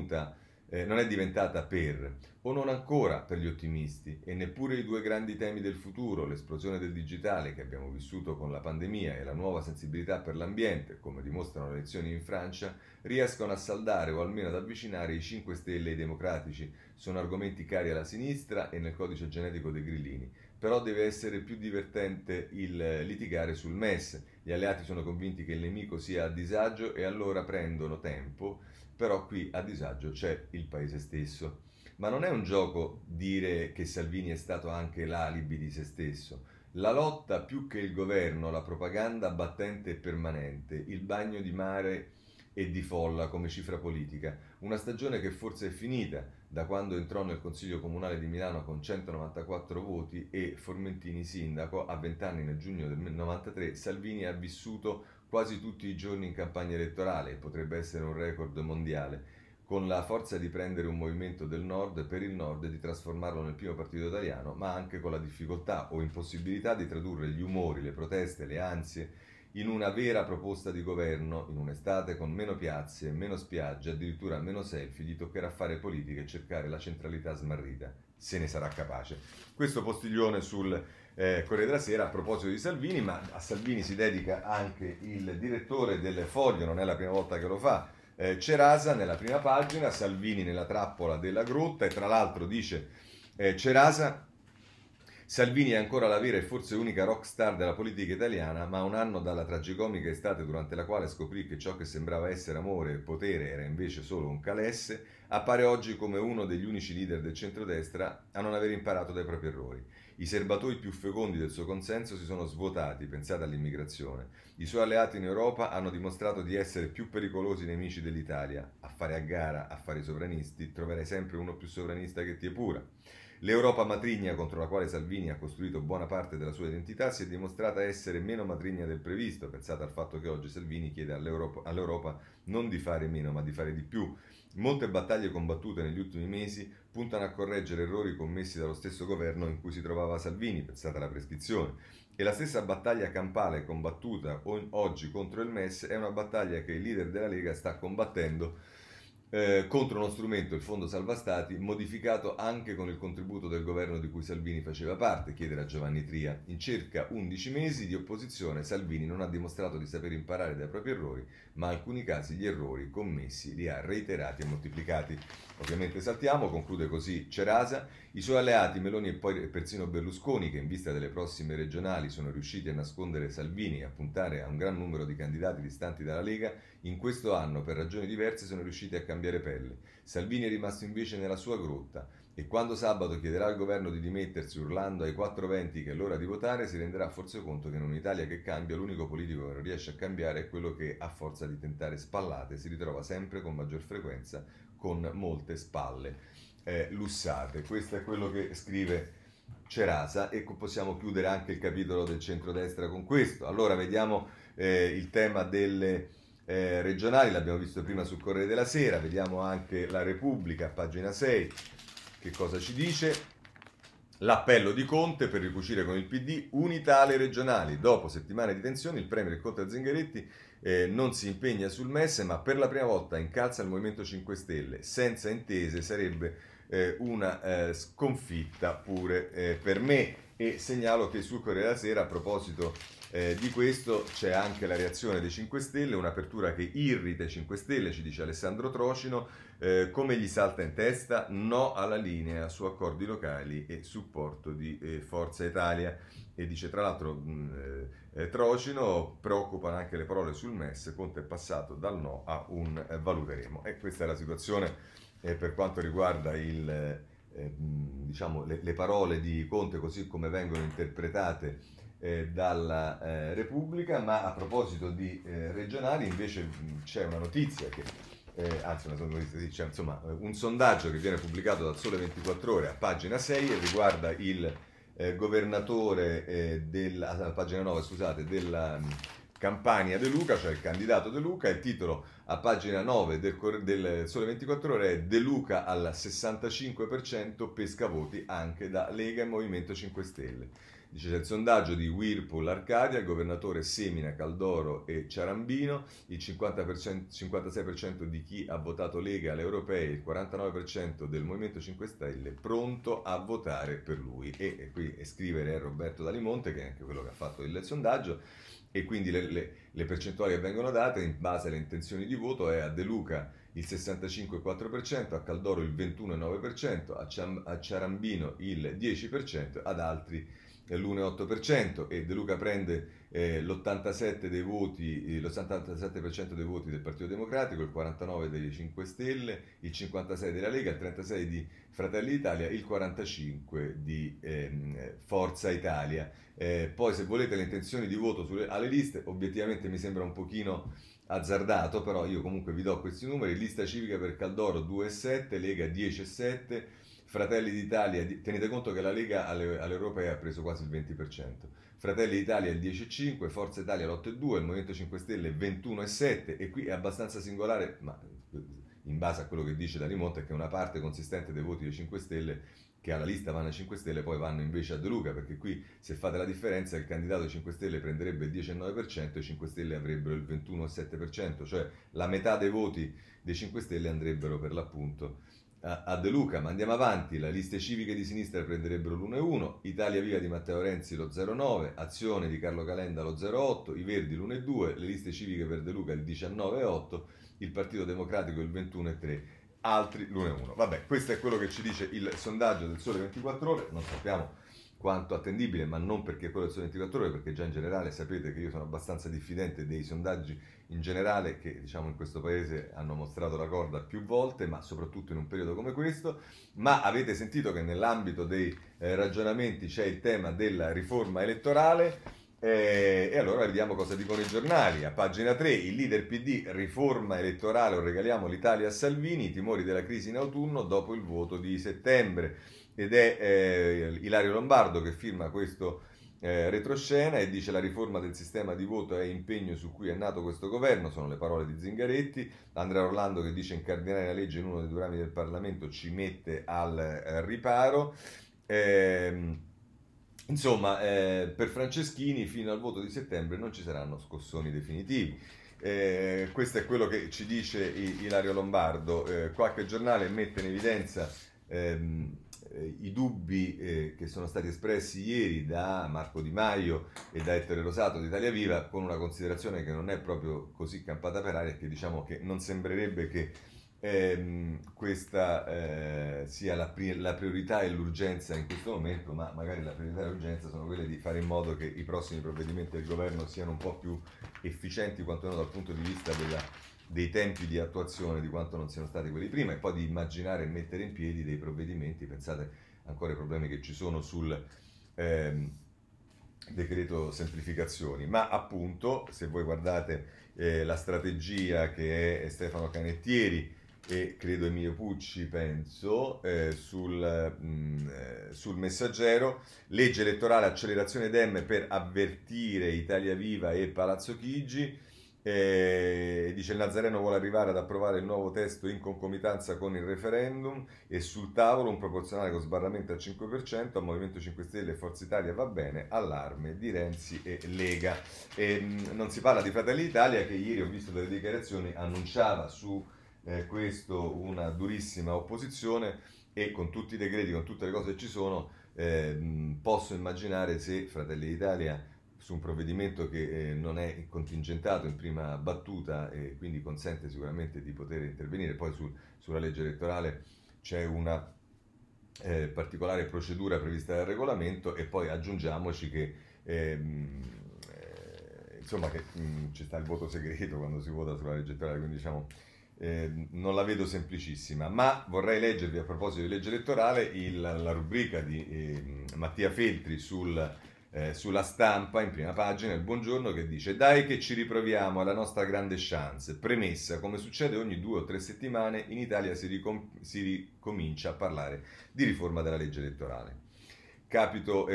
diventata per, o non ancora per gli ottimisti, e neppure i due grandi temi del futuro, l'esplosione del digitale che abbiamo vissuto con la pandemia e la nuova sensibilità per l'ambiente, come dimostrano le elezioni in Francia, riescono a saldare o almeno ad avvicinare i 5 Stelle e i democratici. Sono argomenti cari alla sinistra e nel codice genetico dei grillini. Però deve essere più divertente il litigare sul MES. Gli alleati sono convinti che il nemico sia a disagio e allora prendono tempo, però qui a disagio c'è il paese stesso. Ma non è un gioco dire che Salvini è stato anche l'alibi di se stesso. La lotta più che il governo, la propaganda battente e permanente, il bagno di mare e di folla come cifra politica. Una stagione che forse è finita, da quando entrò nel Consiglio Comunale di Milano con 194 voti e Formentini sindaco. A 20 anni, nel giugno del 93, Salvini ha vissuto quasi tutti i giorni in campagna elettorale, e potrebbe essere un record mondiale, con la forza di prendere un movimento del nord per il nord e di trasformarlo nel primo partito italiano, ma anche con la difficoltà o impossibilità di tradurre gli umori, le proteste, le ansie in una vera proposta di governo. In un'estate con meno piazze, meno spiagge, addirittura meno selfie, gli toccherà fare politica e cercare la centralità smarrita, se ne sarà capace. Questo Postiglione sul Corriere della Sera a proposito di Salvini, ma a Salvini si dedica anche il direttore del Foglio, non è la prima volta che lo fa, Cerasa, nella prima pagina. Salvini nella trappola della grotta, e tra l'altro dice Cerasa: "Salvini è ancora la vera e forse unica rockstar della politica italiana, ma un anno dalla tragicomica estate durante la quale scoprì che ciò che sembrava essere amore e potere era invece solo un calesse, appare oggi come uno degli unici leader del centrodestra a non aver imparato dai propri errori. I serbatoi più fecondi del suo consenso si sono svuotati, pensate all'immigrazione. I suoi alleati in Europa hanno dimostrato di essere più pericolosi nemici dell'Italia. A fare a gara, a fare i sovranisti, troverai sempre uno più sovranista che ti epura. L'Europa matrigna, contro la quale Salvini ha costruito buona parte della sua identità, si è dimostrata essere meno matrigna del previsto. Pensate al fatto che oggi Salvini chiede all'Europa non di fare meno, ma di fare di più. Molte battaglie combattute negli ultimi mesi puntano a correggere errori commessi dallo stesso governo in cui si trovava Salvini, pensate alla prescrizione. E la stessa battaglia campale combattuta oggi contro il MES è una battaglia che il leader della Lega sta combattendo contro uno strumento, il Fondo Salva Stati, modificato anche con il contributo del governo di cui Salvini faceva parte, chiede a Giovanni Tria. In circa 11 mesi di opposizione Salvini non ha dimostrato di saper imparare dai propri errori, ma in alcuni casi gli errori commessi li ha reiterati e moltiplicati. Ovviamente saltiamo, conclude così Cerasa: "I suoi alleati Meloni e poi persino Berlusconi, che in vista delle prossime regionali sono riusciti a nascondere Salvini e a puntare a un gran numero di candidati distanti dalla Lega, In questo anno, per ragioni diverse, sono riusciti a cambiare pelle. Salvini è rimasto invece nella sua grotta e quando sabato chiederà al governo di dimettersi urlando ai 420 che è l'ora di votare, si renderà forse conto che in un'Italia che cambia, l'unico politico che non riesce a cambiare è quello che, a forza di tentare spallate, si ritrova sempre con maggior frequenza con molte spalle lussate. Questo è quello che scrive Cerasa e possiamo chiudere anche il capitolo del centrodestra con questo. Allora vediamo il tema delle regionali, l'abbiamo visto prima sul Corriere della Sera, vediamo anche la Repubblica, pagina 6, che cosa ci dice? L'appello di Conte per ricucire con il PD unità alle regionali. Dopo settimane di tensioni, il premier Conte Zingaretti non si impegna sul MES, ma per la prima volta incalza il Movimento 5 Stelle. Senza intese sarebbe una sconfitta pure per me. E segnalo che sul Corriere della Sera, a proposito di questo, c'è anche la reazione dei 5 Stelle, un'apertura che irrita i 5 Stelle, ci dice Alessandro Trocino. Come gli salta in testa? No alla linea su accordi locali e supporto di Forza Italia. E dice tra l'altro Trocino, preoccupano anche le parole sul MES, Conte è passato dal no a un valuteremo. E questa è la situazione per quanto riguarda diciamo, le parole di Conte così come vengono interpretate dalla Repubblica. Ma a proposito di regionali invece c'è una notizia che anzi una notizia, sì, c'è insomma un sondaggio che viene pubblicato dal Sole 24 Ore a pagina 6 e riguarda il governatore a pagina 9 scusate, della Campania De Luca, cioè il candidato De Luca. Il titolo a pagina 9 del Sole 24 Ore è: De Luca al 65%, pesca voti anche da Lega e Movimento 5 Stelle. Dice c'è il sondaggio di Whirlpool Arcadia, il governatore semina Caldoro e Ciarambino, il 56% di chi ha votato Lega alle europee, il 49% del Movimento 5 Stelle pronto a votare per lui. E qui scrivere Roberto Dalimonte, che è anche quello che ha fatto il sondaggio, e quindi le percentuali che vengono date in base alle intenzioni di voto è: a De Luca il 65,4%, a Caldoro il 21,9%, a Ciarambino il 10%, ad altri l'1,8%. E De Luca prende l'87% dei voti, l'87% dei voti del Partito Democratico, il 49% dei 5 Stelle, il 56% della Lega, il 36% di Fratelli d'Italia, il 45% di Forza Italia. Poi se volete le intenzioni di voto alle liste, obiettivamente mi sembra un pochino azzardato, però io comunque vi do questi numeri: lista civica per Caldoro 2,7, Lega 10,7, Fratelli d'Italia, tenete conto che la Lega all'Europea ha preso quasi il 20%, Fratelli d'Italia il 10,5, Forza Italia l'8,2, il Movimento 5 Stelle 21,7. E qui è abbastanza singolare, ma in base a quello che dice Dalimonte, che una parte consistente dei voti dei 5 Stelle che alla lista vanno ai 5 Stelle poi vanno invece a De Luca, perché qui se fate la differenza il candidato dei 5 Stelle prenderebbe il 10,9% e i 5 Stelle avrebbero il 21,7%, cioè la metà dei voti dei 5 Stelle andrebbero per l'appunto a De Luca. Ma andiamo avanti: le liste civiche di sinistra prenderebbero l'1,1, Italia Viva di Matteo Renzi lo 0,9, Azione di Carlo Calenda lo 0,8, i Verdi l'1,2, le liste civiche per De Luca il 19,8, il Partito Democratico il 21,3, altri l'1,1. Vabbè, questo è quello che ci dice il sondaggio del Sole 24 Ore, non sappiamo quanto attendibile, ma non perché quello del Sole 24 Ore, perché già in generale sapete che io sono abbastanza diffidente dei sondaggi in generale, che diciamo in questo paese hanno mostrato la corda più volte, ma soprattutto in un periodo come questo. Ma avete sentito che nell'ambito dei ragionamenti c'è il tema della riforma elettorale. E allora vediamo cosa dicono i giornali. A pagina 3 il leader PD: riforma elettorale o regaliamo l'Italia a Salvini, i timori della crisi in autunno dopo il voto di settembre. Ed è Ilario Lombardo che firma questo retroscena e dice: la riforma del sistema di voto è impegno su cui è nato questo governo, sono le parole di Zingaretti. Andrea Orlando che dice: incardinare la legge in uno dei due rami del Parlamento ci mette al riparo. Insomma, per Franceschini fino al voto di settembre non ci saranno scossoni definitivi. Questo è quello che ci dice Ilario Lombardo. Qualche giornale mette in evidenza i dubbi che sono stati espressi ieri da Marco Di Maio e da Ettore Rosato di Italia Viva, con una considerazione che non è proprio così campata per aria, che diciamo che non sembrerebbe che questa sia la priorità e l'urgenza in questo momento, ma magari la priorità e l'urgenza sono quelle di fare in modo che i prossimi provvedimenti del governo siano un po' più efficienti, quantomeno dal punto di vista dei tempi di attuazione di quanto non siano stati quelli prima, e poi di immaginare e mettere in piedi dei provvedimenti. Pensate ancora ai problemi che ci sono sul decreto semplificazioni, ma appunto se voi guardate la strategia che è Stefano Canettieri e credo Emilio Pucci, penso, sul Messaggero: legge elettorale, accelerazione Dem per avvertire Italia Viva e Palazzo Chigi. Dice il Nazareno vuole arrivare ad approvare il nuovo testo in concomitanza con il referendum, e sul tavolo un proporzionale con sbarramento al 5%, a Movimento 5 Stelle e Forza Italia va bene, allarme di Renzi e Lega. Non si parla di Fratelli d'Italia, che ieri ho visto delle dichiarazioni, annunciava su questo una durissima opposizione, e con tutti i decreti, con tutte le cose che ci sono, posso immaginare se Fratelli d'Italia su un provvedimento che non è contingentato in prima battuta e quindi consente sicuramente di poter intervenire. Poi sulla legge elettorale c'è una particolare procedura prevista dal regolamento, e poi aggiungiamoci che insomma che ci sta il voto segreto quando si vota sulla legge elettorale, quindi diciamo non la vedo semplicissima. Ma vorrei leggervi, a proposito di legge elettorale, la rubrica di Mattia Feltri sulla Stampa, in prima pagina, il buongiorno, che dice: dai che ci riproviamo alla nostra grande chance. Premessa: come succede ogni 2 o 3 settimane, in Italia si ricomincia a parlare di riforma della legge elettorale. Capito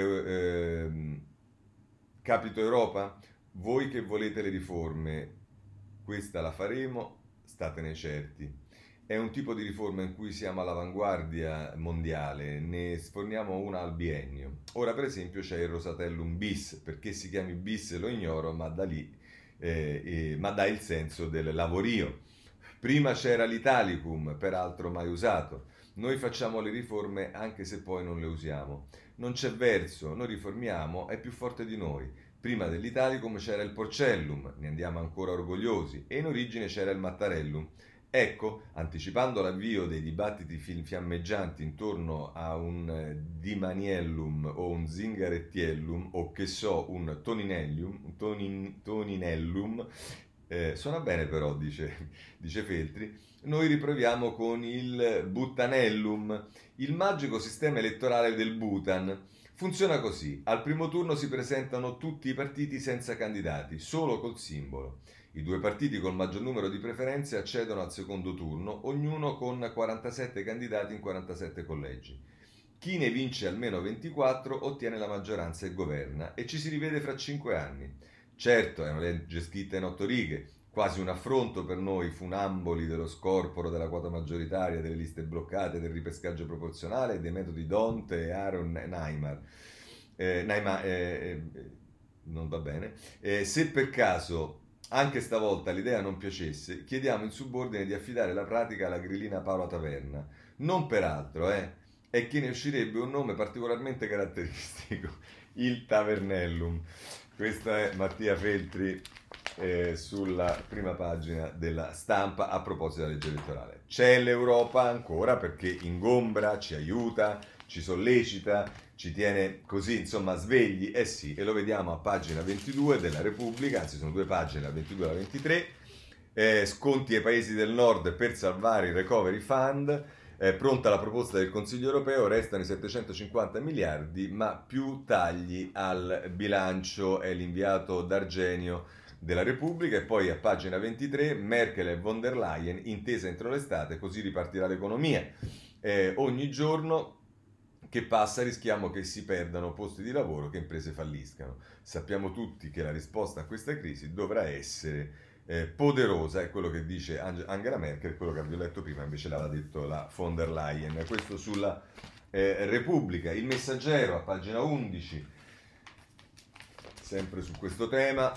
Europa? Voi che volete le riforme, questa la faremo, statene certi. È un tipo di riforma in cui siamo all'avanguardia mondiale, ne sforniamo una al biennio. Ora per esempio c'è il Rosatellum bis, perché si chiami bis lo ignoro, ma da lì ma dà il senso del lavorio. Prima c'era l'Italicum, peraltro mai usato. Noi facciamo le riforme anche se poi non le usiamo. Non c'è verso, noi riformiamo, è più forte di noi. Prima dell'Italicum c'era il Porcellum, ne andiamo ancora orgogliosi, e in origine c'era il Mattarellum. Ecco, anticipando l'avvio dei dibattiti fiammeggianti intorno a un Dimaniellum o un Zingarettiellum, o che so, un Toninellum, suona bene però, dice Feltri, noi riproviamo con il Buttanellum, il magico sistema elettorale del Bhutan. Funziona così: al primo turno si presentano tutti i partiti senza candidati, solo col simbolo. I 2 partiti col maggior numero di preferenze accedono al secondo turno, ognuno con 47 candidati in 47 collegi. Chi ne vince almeno 24 ottiene la maggioranza e governa, e ci si rivede fra 5 anni. Certo, è una legge scritta in 8 righe, quasi un affronto per noi funamboli dello scorporo della quota maggioritaria, delle liste bloccate, del ripescaggio proporzionale e dei metodi Donte e Aaron Neymar. Non va bene. Se per caso anche stavolta l'idea non piacesse, chiediamo in subordine di affidare la pratica alla grillina Paola Taverna. Non per altro, è che ne uscirebbe un nome particolarmente caratteristico, il Tavernellum. Questo è Mattia Feltri sulla prima pagina della Stampa a proposito della legge elettorale. C'è l'Europa ancora, perché ingombra, ci aiuta, ci sollecita, ci tiene così, insomma, svegli, sì, e lo vediamo a pagina 22 della Repubblica, anzi sono 2 pagine, la 22 e la 23, sconti ai paesi del nord per salvare il recovery fund, pronta la proposta del Consiglio europeo, restano i 750 miliardi, ma più tagli al bilancio, è l'inviato D'Argenio della Repubblica. E poi a pagina 23, Merkel e von der Leyen, intesa entro l'estate, così ripartirà l'economia. Ogni giorno che passa rischiamo che si perdano posti di lavoro, che imprese falliscano. Sappiamo tutti che la risposta a questa crisi dovrà essere poderosa, è quello che dice Angela Merkel, quello che vi ho letto prima invece l'aveva detto la von der Leyen. Questo sulla Repubblica. Il Messaggero a pagina 11, sempre su questo tema.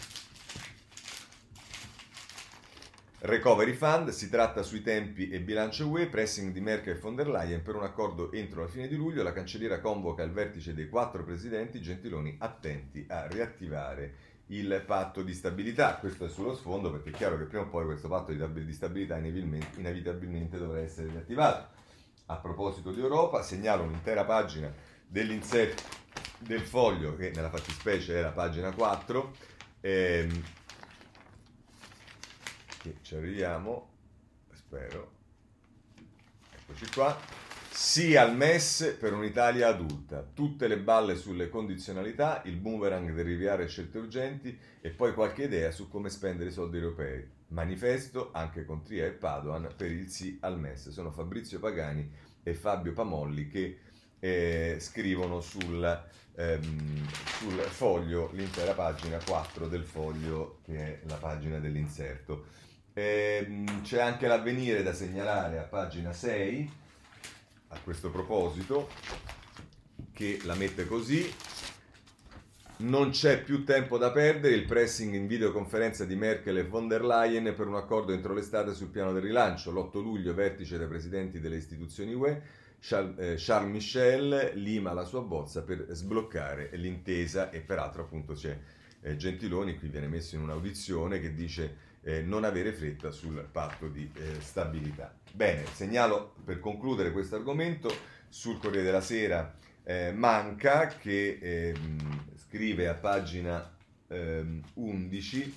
Recovery Fund, si tratta sui tempi e bilancio UE, pressing di Merkel e von der Leyen per un accordo entro la fine di luglio, la cancelliera convoca il vertice dei 4 presidenti, Gentiloni attenti a riattivare il patto di stabilità. Questo è sullo sfondo, perché è chiaro che prima o poi questo patto di stabilità inevitabilmente dovrà essere riattivato. A proposito di Europa, segnalo un'intera pagina dell'insert del Foglio, che nella fattispecie è la pagina 4, che ci arriviamo, spero, eccoci qua. Sì al MES per un'Italia adulta, tutte le balle sulle condizionalità, il boomerang del rinviare scelte urgenti e poi qualche idea su come spendere i soldi europei. Manifesto anche con Tria e Padoan per il sì al MES. Sono Fabrizio Pagani e Fabio Pamolli che scrivono sul foglio, l'intera pagina 4 del foglio, che è la pagina dell'inserto. C'è anche l'Avvenire da segnalare a pagina 6 a questo proposito, che la mette così: non c'è più tempo da perdere, il pressing in videoconferenza di Merkel e von der Leyen per un accordo entro l'estate sul piano del rilancio. L'8 luglio vertice dei presidenti delle istituzioni UE, Charles Michel lima la sua bozza per sbloccare l'intesa, e peraltro appunto c'è Gentiloni, qui viene messo in un'audizione, che dice non avere fretta sul patto di stabilità. Bene, segnalo per concludere questo argomento sul Corriere della Sera Manca, che scrive a pagina 11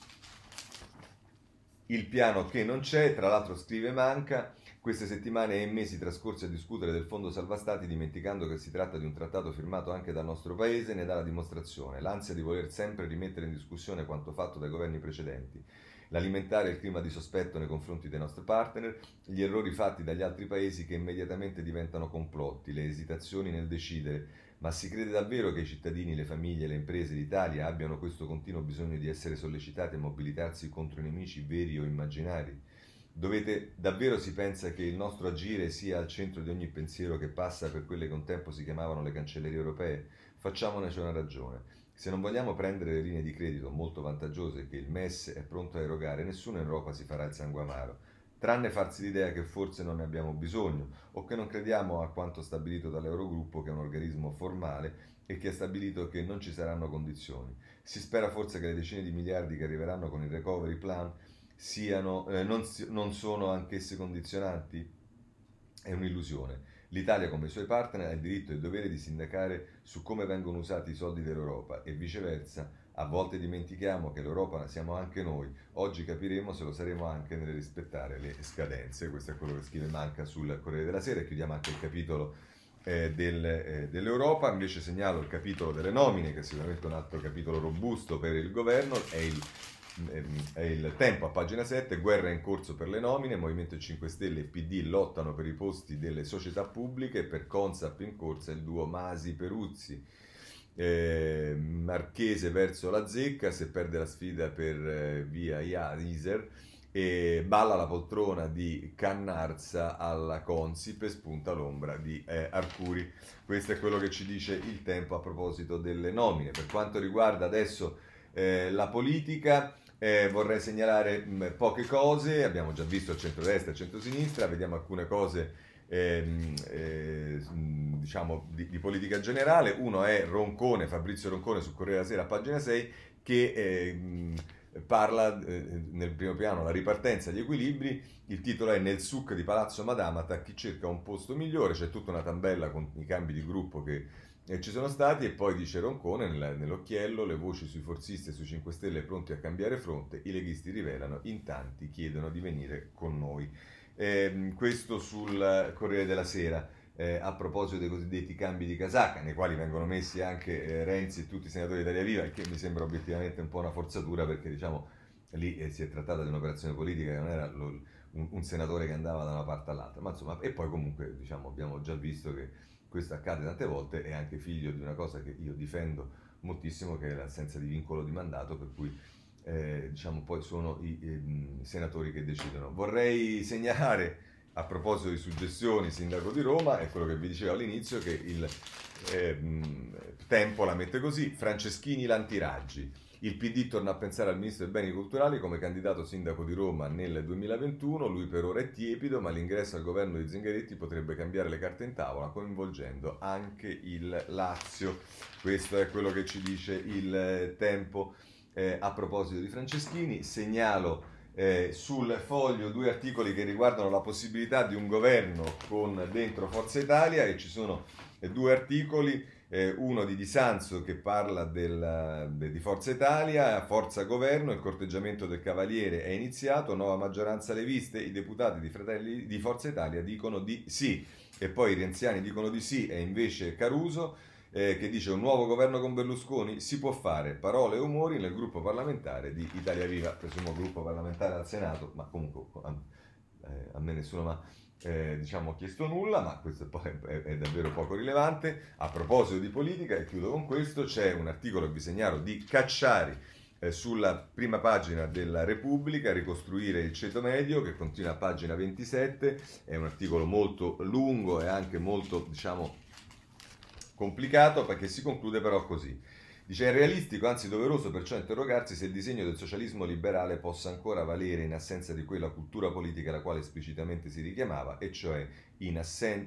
il piano che non c'è. Tra l'altro scrive Manca: queste settimane e mesi trascorsi a discutere del fondo salva stati, dimenticando che si tratta di un trattato firmato anche dal nostro paese, ne dà la dimostrazione. L'ansia di voler sempre rimettere in discussione quanto fatto dai governi precedenti, l'alimentare il clima di sospetto nei confronti dei nostri partner, gli errori fatti dagli altri paesi che immediatamente diventano complotti, le esitazioni nel decidere. Ma si crede davvero che i cittadini, le famiglie, le imprese d'Italia abbiano questo continuo bisogno di essere sollecitati a mobilitarsi contro nemici veri o immaginari? Davvero si pensa che il nostro agire sia al centro di ogni pensiero che passa per quelle che un tempo si chiamavano le cancellerie europee? Facciamoci una ragione. Se non vogliamo prendere le linee di credito molto vantaggiose che il MES è pronto a erogare, nessuno in Europa si farà il sangue amaro, tranne farsi l'idea che forse non ne abbiamo bisogno, o che non crediamo a quanto stabilito dall'Eurogruppo, che è un organismo formale e che ha stabilito che non ci saranno condizioni. Si spera forse che le decine di miliardi che arriveranno con il recovery plan non sono anch'esse condizionanti? È un'illusione. L'Italia, come i suoi partner, ha il diritto e il dovere di sindacare su come vengono usati i soldi dell'Europa, e viceversa. A volte dimentichiamo che l'Europa siamo anche noi. Oggi capiremo se lo saremo anche nel rispettare le scadenze. Questo è quello che scrive Manca sul Corriere della Sera. E chiudiamo anche il capitolo dell'Europa. Invece segnalo il capitolo delle nomine, che è sicuramente un altro capitolo robusto per il governo. È il Tempo a pagina 7: guerra in corso per le nomine, Movimento 5 Stelle e PD lottano per i posti delle società pubbliche, per Consap in corsa il duo Masi-Peruzzi. Marchese verso la zecca, se perde la sfida per via Iser, e balla la poltrona di Cannarsa alla Consip e spunta l'ombra di Arcuri. Questo è quello che ci dice il Tempo a proposito delle nomine. Per quanto riguarda adesso la politica, vorrei segnalare poche cose. Abbiamo già visto il centrodestra e il centrosinistra, vediamo alcune cose diciamo di politica generale. Uno è Roncone, Fabrizio Roncone sul Corriere della Sera a pagina 6, che parla nel primo piano la ripartenza, gli equilibri. Il titolo è Nel suc di Palazzo Madama, chi cerca un posto migliore. C'è tutta una tabella con i cambi di gruppo che ci sono stati, e poi dice Roncone nell'occhiello: le voci sui forzisti e sui 5 Stelle pronti a cambiare fronte, i leghisti rivelano, in tanti chiedono di venire con noi. Questo sul Corriere della Sera. A proposito dei cosiddetti cambi di casacca, nei quali vengono messi anche Renzi e tutti i senatori di Italia Viva, il che mi sembra obiettivamente un po' una forzatura, perché diciamo lì si è trattata di un'operazione politica, che non era un senatore che andava da una parte all'altra, ma insomma. E poi comunque diciamo abbiamo già visto che questo accade tante volte, è anche figlio di una cosa che io difendo moltissimo, che è l'assenza di vincolo di mandato, per cui diciamo poi sono i senatori che decidono. Vorrei segnalare, a proposito di suggestioni, sindaco di Roma, è quello che vi dicevo all'inizio, che il Tempo la mette così: Franceschini l'antiraggi. Il PD torna a pensare al ministro dei beni culturali come candidato sindaco di Roma nel 2021, lui per ora è tiepido, ma l'ingresso al governo di Zingaretti potrebbe cambiare le carte in tavola, coinvolgendo anche il Lazio. Questo è quello che ci dice il Tempo a proposito di Franceschini. Segnalo sul Foglio 2 articoli che riguardano la possibilità di un governo con dentro Forza Italia, e ci sono 2 articoli uno di Sanzo che parla di Forza Italia, Forza Governo, il corteggiamento del Cavaliere è iniziato, nuova maggioranza leviste, i deputati di Forza Italia dicono di sì, e poi i renziani dicono di sì, e invece Caruso che dice un nuovo governo con Berlusconi si può fare, parole e umori nel gruppo parlamentare di Italia Viva, presumo gruppo parlamentare al Senato, ma comunque a me nessuno mi ha diciamo, chiesto nulla, ma questo poi è davvero poco rilevante. A proposito di politica, e chiudo con questo, c'è un articolo che vi segnalo di Cacciari sulla prima pagina della Repubblica, ricostruire il ceto medio, che continua a pagina 27, è un articolo molto lungo e anche molto, diciamo, complicato, perché si conclude però così. Dice: è realistico, anzi doveroso perciò interrogarsi se il disegno del socialismo liberale possa ancora valere in assenza di quella cultura politica alla quale esplicitamente si richiamava, e cioè in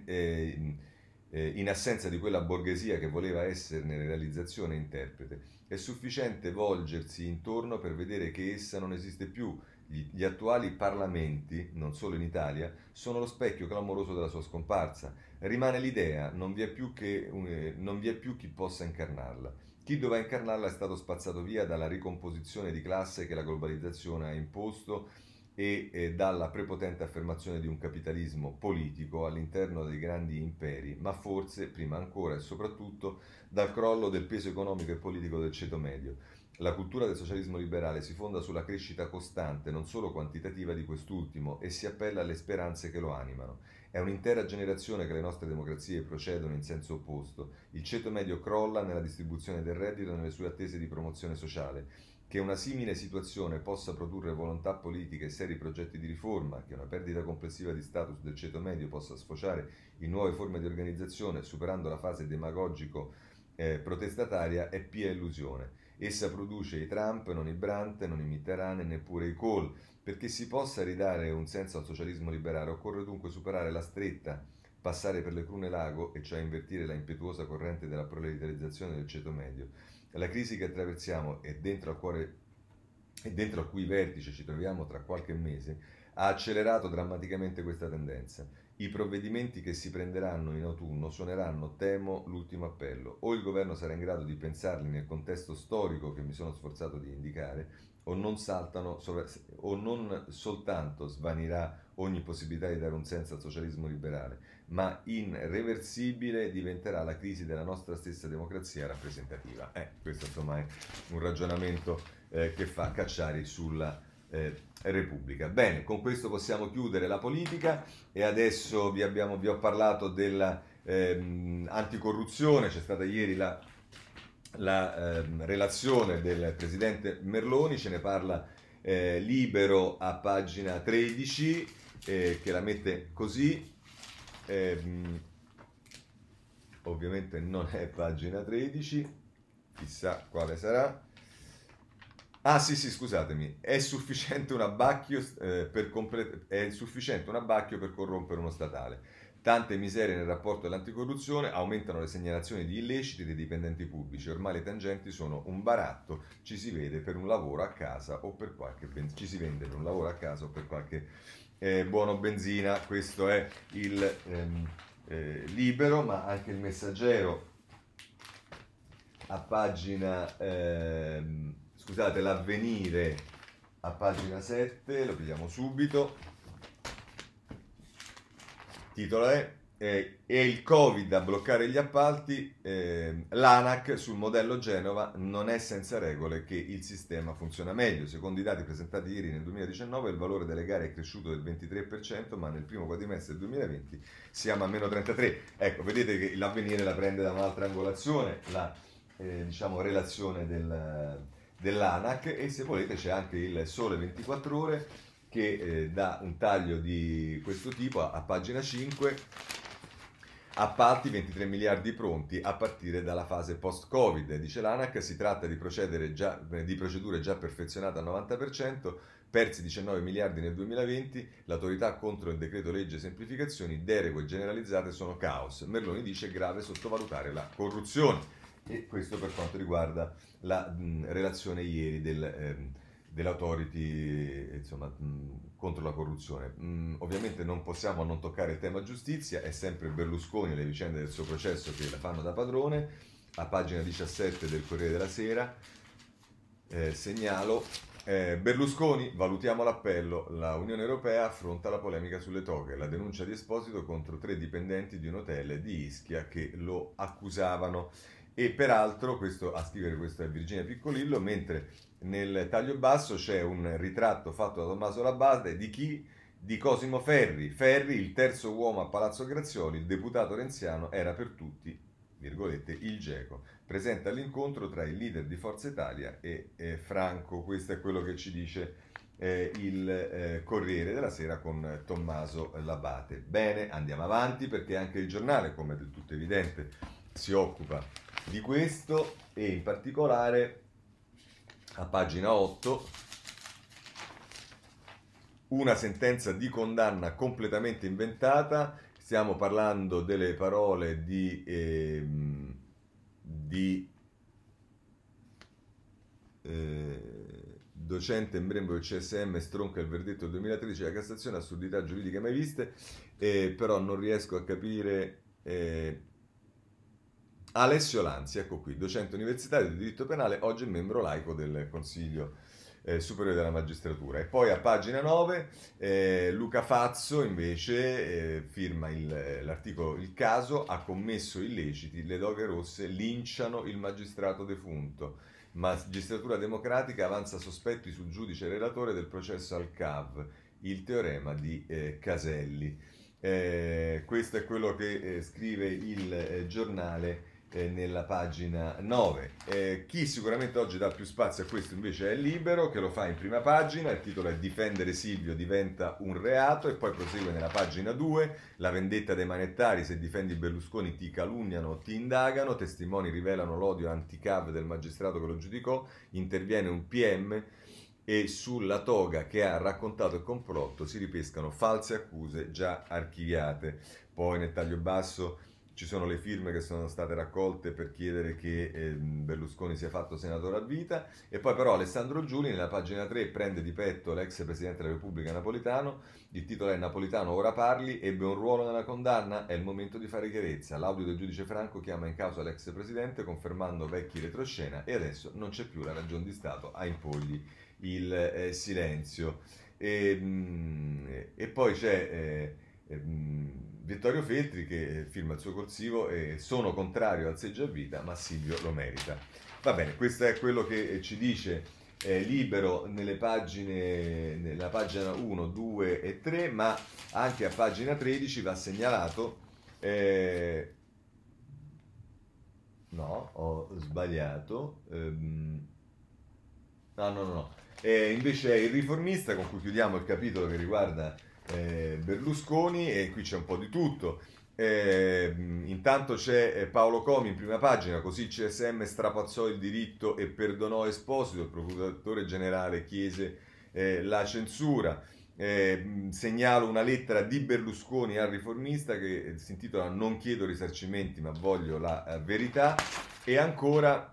assenza di quella borghesia che voleva esserne realizzazione e interprete. È sufficiente volgersi intorno per vedere che essa non esiste più. Gli attuali parlamenti, non solo in Italia, sono lo specchio clamoroso della sua scomparsa. Rimane l'idea, non vi è più chi possa incarnarla. Chi doveva incarnarla è stato spazzato via dalla ricomposizione di classe che la globalizzazione ha imposto e dalla prepotente affermazione di un capitalismo politico all'interno dei grandi imperi, ma forse, prima ancora e soprattutto, dal crollo del peso economico e politico del ceto medio. La cultura del socialismo liberale si fonda sulla crescita costante, non solo quantitativa, di quest'ultimo e si appella alle speranze che lo animano. È un'intera generazione che le nostre democrazie procedono in senso opposto. Il ceto medio crolla nella distribuzione del reddito e nelle sue attese di promozione sociale. Che una simile situazione possa produrre volontà politica e seri progetti di riforma, che una perdita complessiva di status del ceto medio possa sfociare in nuove forme di organizzazione, superando la fase demagogico protestataria, è pia illusione. Essa produce i Trump, non i Brandt, non i Mitterrand e neppure i Kohl. Perché si possa ridare un senso al socialismo liberale occorre dunque superare la stretta, passare per le crune lago, e cioè invertire la impetuosa corrente della proletarizzazione del ceto medio. La crisi che attraversiamo e dentro al cui vertice ci troviamo tra qualche mese ha accelerato drammaticamente questa tendenza. I provvedimenti che si prenderanno in autunno suoneranno, temo, l'ultimo appello. O il governo sarà in grado di pensarli nel contesto storico che mi sono sforzato di indicare, o non soltanto svanirà ogni possibilità di dare un senso al socialismo liberale, ma irreversibile diventerà la crisi della nostra stessa democrazia rappresentativa. Questo insomma è un ragionamento che fa Cacciari sulla Repubblica. Bene, con questo possiamo chiudere la politica e adesso vi ho parlato della anticorruzione. C'è stata ieri la relazione del presidente Merloni, ce ne parla Libero a pagina 13, che la mette così, ovviamente non è pagina 13, chissà quale sarà. Ah sì, scusatemi, è sufficiente un abbacchio per corrompere uno statale. Tante miserie nel rapporto dell'anticorruzione, aumentano le segnalazioni di illeciti dei dipendenti pubblici, ormai le tangenti sono un baratto, ci si vede per un lavoro a casa o per qualche ci si vende per un lavoro a casa o per qualche buono benzina. Questo è il Libero, ma anche il Messaggero a pagina scusate, l'Avvenire a pagina 7, lo pigliamo subito. Titolo è il Covid a bloccare gli appalti, l'ANAC sul modello Genova non è senza regole che il sistema funziona meglio. Secondo i dati presentati ieri nel 2019 il valore delle gare è cresciuto del 23%, ma nel primo quadrimestre del 2020 siamo a meno 33%. Ecco, vedete che l'Avvenire la prende da un'altra angolazione, la diciamo relazione dell'ANAC, e se volete c'è anche il Sole 24 Ore che dà un taglio di questo tipo a pagina 5. Appalti 23 miliardi pronti a partire dalla fase post-Covid. Dice l'ANAC, si tratta di procedure già perfezionate al 90%, persi 19 miliardi nel 2020, l'autorità contro il decreto legge semplificazioni, deroghe generalizzate sono caos. Merloni dice grave sottovalutare la corruzione. E questo per quanto riguarda la relazione ieri dell'autority, insomma, contro la corruzione. Ovviamente non possiamo non toccare il tema giustizia, è sempre Berlusconi e le vicende del suo processo che la fanno da padrone. a pagina 17 del Corriere della Sera, segnalo, Berlusconi, valutiamo l'appello, la Unione Europea affronta la polemica sulle toghe, la denuncia di Esposito contro 3 dipendenti di un hotel di Ischia che lo accusavano. E peraltro a scrivere questo è Virginia Piccolillo, mentre nel taglio basso c'è un ritratto fatto da Tommaso Labate di chi? Di Cosimo Ferri. Ferri, il terzo uomo a Palazzo Grazioli, il deputato renziano, era per tutti, virgolette, il geco. Presente all'incontro tra il leader di Forza Italia e Franco. Questo è quello che ci dice il Corriere della Sera con Tommaso Labate. Bene, andiamo avanti perché anche il giornale, come del tutto evidente, si occupa di questo e in particolare a pagina 8 una sentenza di condanna completamente inventata. Stiamo parlando delle parole di docente in brembo del CSM, stronca il verdetto del 2013 della Cassazione, assurdità giuridiche mai viste, però non riesco a capire. Alessio Lanzi, ecco qui, docente universitario di diritto penale, oggi membro laico del Consiglio Superiore della Magistratura. E poi a pagina 9 Luca Fazzo invece firma l'articolo "Il caso ha commesso illeciti, le doghe rosse linciano il magistrato defunto. Magistratura democratica avanza sospetti sul giudice relatore del processo al CAV, il teorema di Caselli". Questo è quello che scrive il giornale nella pagina 9. Chi sicuramente oggi dà più spazio a questo invece è Libero, che lo fa in prima pagina. Il titolo è "Difendere Silvio diventa un reato", e poi prosegue nella pagina 2: "La vendetta dei manettari, se difendi Berlusconi ti calunniano o ti indagano, testimoni rivelano l'odio anti-CAV del magistrato che lo giudicò, interviene un PM e sulla toga che ha raccontato il complotto si ripescano false accuse già archiviate". Poi nel taglio basso ci sono le firme che sono state raccolte per chiedere che Berlusconi sia fatto senatore a vita. E poi però Alessandro Giuli nella pagina 3 prende di petto l'ex Presidente della Repubblica Napolitano. Il titolo è "Napolitano ora parli, ebbe un ruolo nella condanna, è il momento di fare chiarezza. L'audio del giudice Franco chiama in causa l'ex Presidente confermando vecchi retroscena e adesso non c'è più la ragion di Stato a imporgli il silenzio". E poi c'è Vittorio Feltri che firma il suo corsivo "Sono contrario al seggio a vita, ma Silvio lo merita". Va bene, questo è quello che ci dice Libero nella pagina 1, 2 e 3, ma anche a pagina 13 va segnalato. No, ho sbagliato. No. Invece è Il Riformista, con cui chiudiamo il capitolo che riguarda Berlusconi, e qui c'è un po' di tutto. Intanto c'è Paolo Comi in prima pagina: "Così il CSM strapazzò il diritto e perdonò Esposito, il procuratore generale chiese la censura". Segnalo una lettera di Berlusconi al Riformista che si intitola "Non chiedo risarcimenti ma voglio la verità". E ancora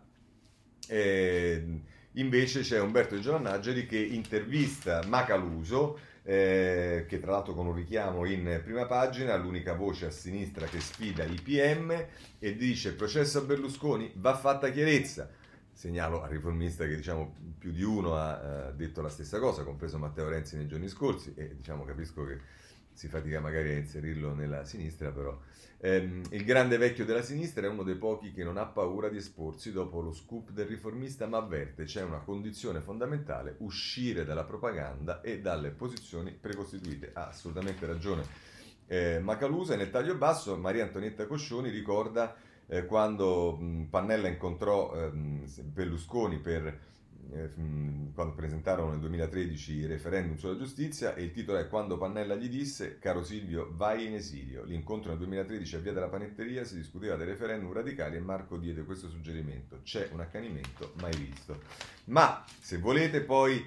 invece c'è Umberto Di Giovannageli che intervista Macaluso, che tra l'altro con un richiamo in prima pagina, l'unica voce a sinistra che sfida i PM, e dice: "Processo a Berlusconi, va fatta chiarezza". Segnalo al Riformista che più di uno ha detto la stessa cosa, compreso Matteo Renzi nei giorni scorsi, e capisco che si fatica magari a inserirlo nella sinistra, però il grande vecchio della sinistra è uno dei pochi che non ha paura di esporsi dopo lo scoop del Riformista, ma avverte: c'è una condizione fondamentale, uscire dalla propaganda e dalle posizioni precostituite. Ha assolutamente ragione Macaluso. E nel taglio basso Maria Antonietta Coscioni ricorda quando Pannella incontrò Berlusconi quando presentarono nel 2013 il referendum sulla giustizia, e il titolo è "Quando Pannella gli disse: caro Silvio, vai in esilio". L'incontro nel 2013 a Via della Panetteria, si discuteva dei referendum radicali e Marco diede questo suggerimento: "C'è un accanimento mai visto". Ma se volete poi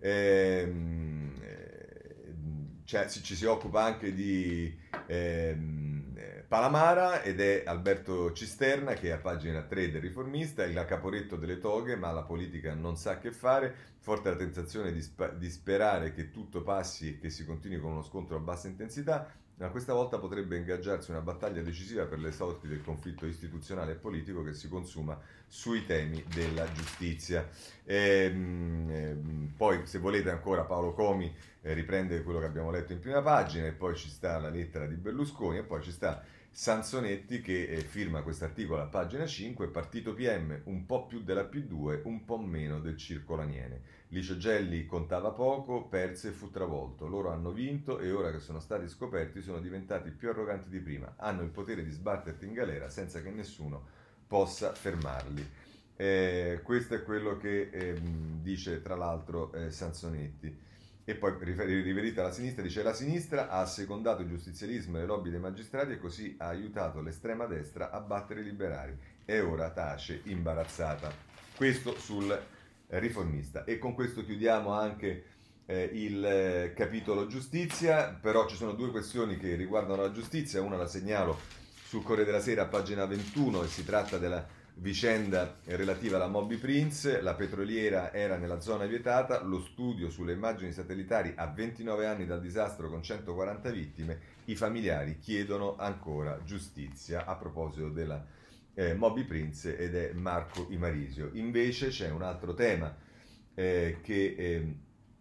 ci si occupa anche di Palamara, ed è Alberto Cisterna che a pagina 3 del Riformista: "Il Caporetto delle toghe, ma la politica non sa che fare, forte la tentazione di sperare che tutto passi e che si continui con uno scontro a bassa intensità, ma questa volta potrebbe ingaggiarsi una battaglia decisiva per le sorti del conflitto istituzionale e politico che si consuma sui temi della giustizia. Poi, se volete ancora, Paolo Comi riprende quello che abbiamo letto in prima pagina, e poi ci sta la lettera di Berlusconi, e poi ci sta Sansonetti che firma questo articolo a pagina 5: partito PM, un po' più della P2, un po' meno del Circolo Aniene. Licio Gelli contava poco, perse e fu travolto. Loro hanno vinto e ora che sono stati scoperti sono diventati più arroganti di prima. Hanno il potere di sbatterti in galera senza che nessuno possa fermarli. Questo è quello che dice tra l'altro Sansonetti. E poi riferita alla sinistra, dice: la sinistra ha assecondato il giustizialismo e le lobby dei magistrati e così ha aiutato l'estrema destra a battere i liberali. E ora tace imbarazzata. Questo sul riformista. E con questo chiudiamo anche il capitolo giustizia, però ci sono due questioni che riguardano la giustizia. Una la segnalo sul Corriere della Sera a pagina 21, e si tratta della vicenda relativa alla Moby Prince. La petroliera era nella zona vietata, lo studio sulle immagini satellitari a 29 anni dal disastro con 140 vittime, i familiari chiedono ancora giustizia a proposito della Moby Prince, ed è Marco Imarisio. Invece c'è un altro tema che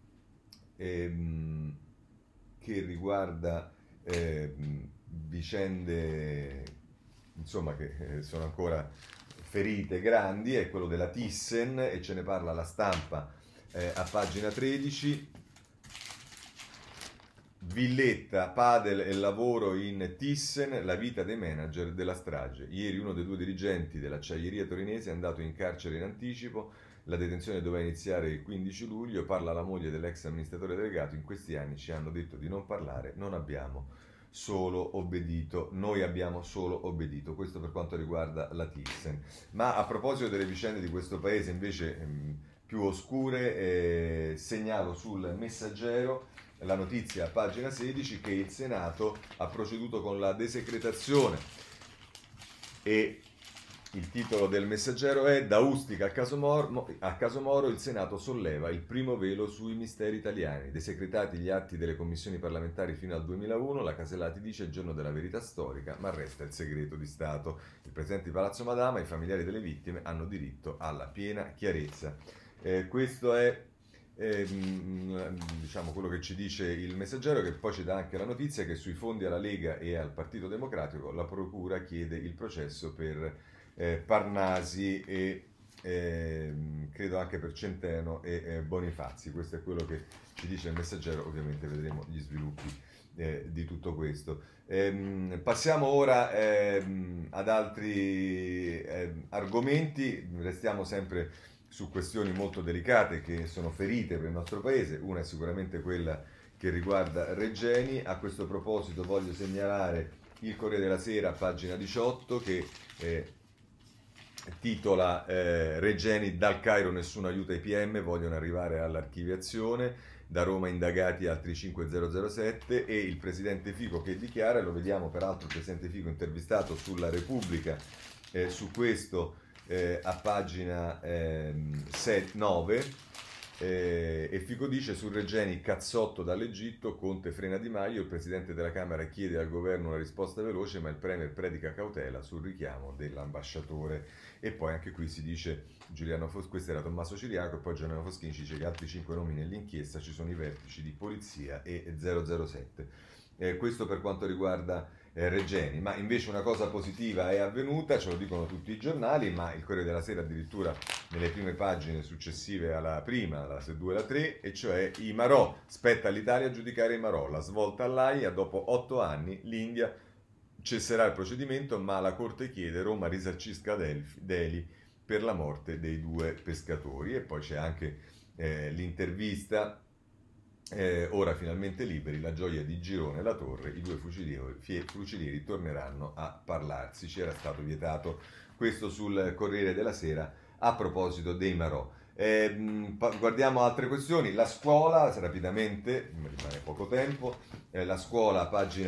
riguarda vicende insomma che sono ancora ferite grandi, è quello della Thyssen, e ce ne parla La Stampa a pagina 13. Villetta, padel e lavoro in Thyssen, la vita dei manager della strage. Ieri uno dei due dirigenti dell'acciaieria torinese è andato in carcere in anticipo, la detenzione doveva iniziare il 15 luglio, parla la moglie dell'ex amministratore delegato: in questi anni ci hanno detto di non parlare, non abbiamo solo obbedito, noi abbiamo solo obbedito. Questo per quanto riguarda la Thyssen. Ma a proposito delle vicende di questo paese invece più oscure, segnalo sul Messaggero la notizia a pagina 16 che il Senato ha proceduto con la desecretazione, e il titolo del Messaggero è: da Ustica a caso Moro il Senato solleva il primo velo sui misteri italiani, desecretati gli atti delle commissioni parlamentari fino al 2001, la Casellati dice: è il giorno della verità storica, ma resta il segreto di Stato. Il presidente di Palazzo Madama e i familiari delle vittime hanno diritto alla piena chiarezza. Questo è diciamo quello che ci dice il Messaggero, che poi ci dà anche la notizia che sui fondi alla Lega e al Partito Democratico la Procura chiede il processo per Parnasi e credo anche per Centeno e Bonifazi. Questo è quello che ci dice il Messaggero, ovviamente vedremo gli sviluppi di tutto questo. Passiamo ora ad altri argomenti, restiamo sempre su questioni molto delicate che sono ferite per il nostro paese. Una è sicuramente quella che riguarda Regeni. A questo proposito voglio segnalare il Corriere della Sera, pagina 18, che titola Regeni: dal Cairo nessun aiuto ai PM, vogliono arrivare all'archiviazione, da Roma indagati altri 5007, e il presidente Fico che dichiara, lo vediamo peraltro il presidente Fico intervistato sulla Repubblica su questo a pagina 9, e Fico dice: su Regeni cazzotto dall'Egitto, Conte frena Di Maio, il presidente della Camera chiede al governo una risposta veloce, ma il premier predica cautela sul richiamo dell'ambasciatore. E poi anche qui si dice Giuliano Foschini, questo era Tommaso Ciriaco, e poi Giuliano Foschini ci dice che altri 5 nomi nell'inchiesta, ci sono i vertici di polizia e 007. Questo per quanto riguarda Regeni. Ma invece una cosa positiva è avvenuta, ce lo dicono tutti i giornali, ma il Corriere della Sera addirittura nelle prime pagine successive alla prima, la 2 e la 3, e cioè i Marò. Spetta all'Italia giudicare i Marò, la svolta all'AIA: dopo 8 anni l'India cesserà il procedimento, ma la Corte chiede Roma risarcisca Delhi per la morte dei 2 pescatori. E poi c'è anche l'intervista: ora finalmente liberi, la gioia di Girone e La Torre, i 2 fucilieri torneranno a parlarsi, ci era stato vietato. Questo sul Corriere della Sera a proposito dei Marò. Guardiamo altre questioni. La scuola, rapidamente, rimane poco tempo, la scuola, pagina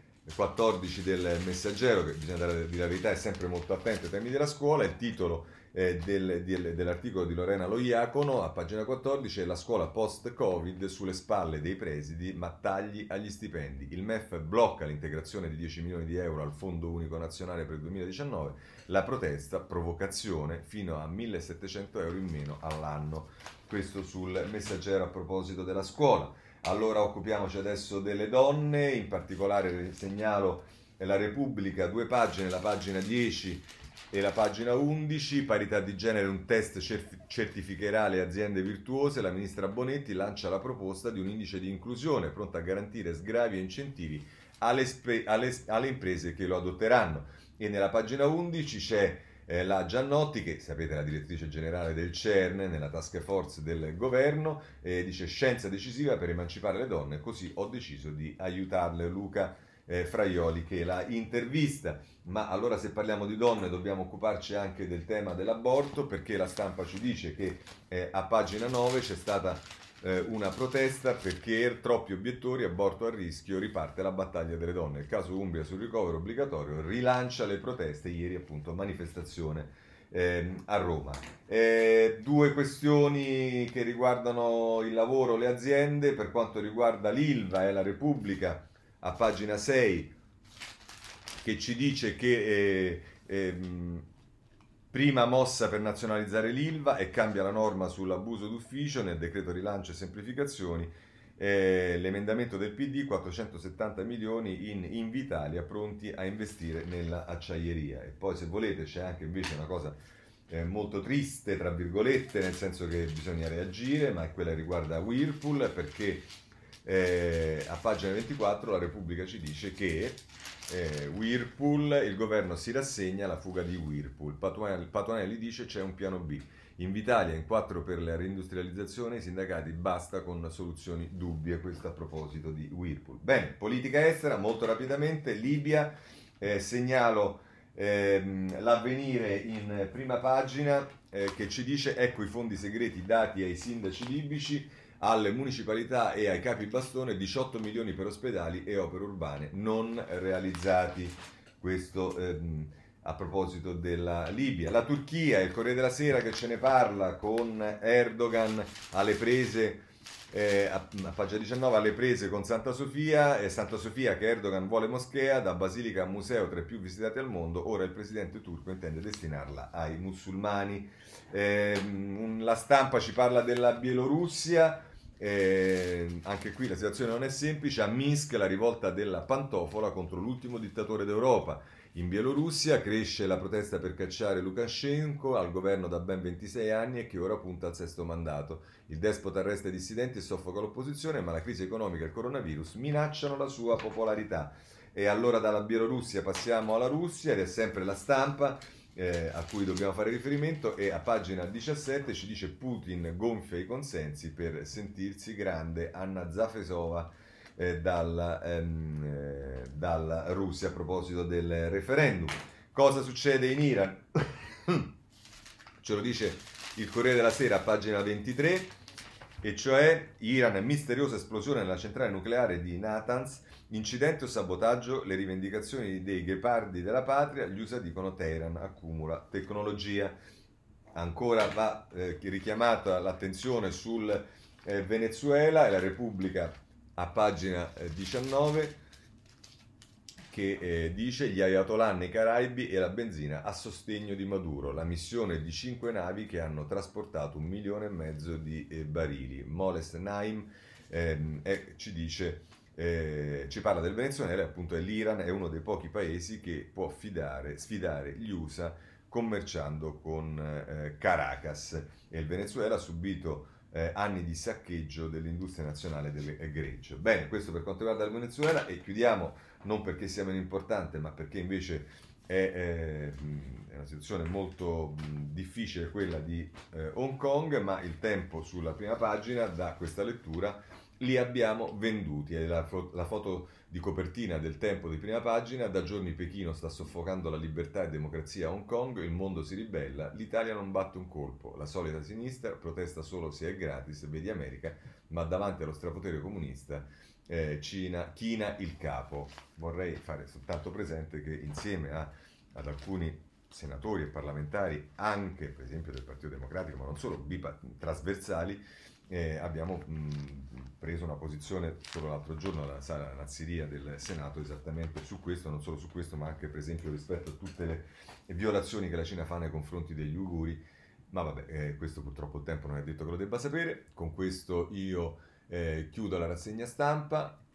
14 del Messaggero, che bisogna dire la verità, è sempre molto attento ai temi della scuola. Il titolo dell'articolo di Lorena Loiacono a pagina 14 è la scuola post-Covid sulle spalle dei presidi, ma tagli agli stipendi. Il MEF blocca l'integrazione di 10 milioni di euro al Fondo Unico Nazionale per il 2019, la protesta, provocazione, fino a 1.700 euro in meno all'anno. Questo sul Messaggero a proposito della scuola. Allora occupiamoci adesso delle donne, in particolare segnalo la Repubblica, 2 pagine, la pagina 10 e la pagina 11, parità di genere, un test certificherà le aziende virtuose, la ministra Bonetti lancia la proposta di un indice di inclusione pronta a garantire sgravi e incentivi alle imprese che lo adotteranno. E nella pagina 11 c'è la Giannotti, che sapete è la direttrice generale del CERN nella task force del governo, dice scienza decisiva per emancipare le donne, così ho deciso di aiutarle. Luca Fraioli che la intervista. Ma allora se parliamo di donne dobbiamo occuparci anche del tema dell'aborto, perché la stampa ci dice che a pagina 9 c'è stata una protesta perché troppi obiettori, aborto a rischio, riparte la battaglia delle donne. Il caso Umbria sul ricovero obbligatorio rilancia le proteste, ieri appunto manifestazione a Roma. 2 questioni che riguardano il lavoro, le aziende. Per quanto riguarda l'Ilva e la Repubblica a pagina 6 che ci dice che prima mossa per nazionalizzare l'Ilva e cambia la norma sull'abuso d'ufficio nel decreto rilancio e semplificazioni. L'emendamento del PD, 470 milioni in Invitalia pronti a investire nella acciaieria. E poi se volete c'è anche invece una cosa molto triste, tra virgolette, nel senso che bisogna reagire, ma è quella che riguarda Whirlpool, perché a pagina 24 la Repubblica ci dice che Whirlpool, il governo si rassegna alla fuga di Whirlpool. Patuanelli dice c'è un piano B. Invitalia in 4 per la reindustrializzazione, i sindacati basta con soluzioni dubbie. Questo a proposito di Whirlpool. Bene, politica estera, molto rapidamente. Libia, segnalo l'Avvenire in prima pagina che ci dice ecco i fondi segreti dati ai sindaci libici, alle municipalità e ai capi bastone, 18 milioni per ospedali e opere urbane non realizzati. Questo a proposito della Libia. La Turchia, il Corriere della Sera che ce ne parla, con Erdogan alle prese, a pagina 19, alle prese con Santa Sofia, che Erdogan vuole moschea, da basilica a museo tra i più visitati al mondo, ora il presidente turco intende destinarla ai musulmani. La Stampa ci parla della Bielorussia. Anche qui la situazione non è semplice. A Minsk la rivolta della pantofola contro l'ultimo dittatore d'Europa. In Bielorussia cresce la protesta per cacciare Lukashenko al governo da ben 26 anni e che ora punta al 6º mandato. Il despota arresta i dissidenti e soffoca l'opposizione, ma la crisi economica e il coronavirus minacciano la sua popolarità. E allora dalla Bielorussia passiamo alla Russia, ed è sempre la Stampa a cui dobbiamo fare riferimento, e a pagina 17 ci dice Putin gonfia i consensi per sentirsi grande. Anna Zafesova dalla Russia a proposito del referendum. Cosa succede in Iran? Ce lo dice il Corriere della Sera a pagina 23, e cioè Iran, misteriosa esplosione nella centrale nucleare di Natanz, incidente o sabotaggio, le rivendicazioni dei ghepardi della patria, gli USA dicono Teheran accumula tecnologia. Ancora va richiamata l'attenzione sul Venezuela, e la Repubblica a pagina 19 che dice gli ayatollah nei Caraibi e la benzina a sostegno di Maduro, la missione di 5 navi che hanno trasportato 1,5 milioni di barili. Moles Naim ci dice ci parla del Venezuela, appunto l'Iran è uno dei pochi paesi che può sfidare gli USA commerciando con Caracas, e il Venezuela ha subito anni di saccheggio dell'industria nazionale del greggio. Bene, questo per quanto riguarda il Venezuela, e chiudiamo non perché sia meno importante, ma perché invece è una situazione molto difficile quella di Hong Kong, ma il Tempo sulla prima pagina dà questa lettura: li abbiamo venduti. È la foto di copertina del Tempo di prima pagina. Da giorni Pechino sta soffocando la libertà e democrazia a Hong Kong, il mondo si ribella, l'Italia non batte un colpo, la solita sinistra protesta solo se è gratis, vedi America, ma davanti allo strapotere comunista Cina china il capo. Vorrei fare soltanto presente che insieme ad alcuni senatori e parlamentari, anche per esempio del Partito Democratico, ma non solo, trasversali, abbiamo preso una posizione solo l'altro giorno alla sala Nassiria del Senato esattamente su questo, non solo su questo, ma anche per esempio rispetto a tutte le violazioni che la Cina fa nei confronti degli uiguri. Ma vabbè, questo purtroppo il tempo non è detto che lo debba sapere. Con questo io chiudo la rassegna stampa.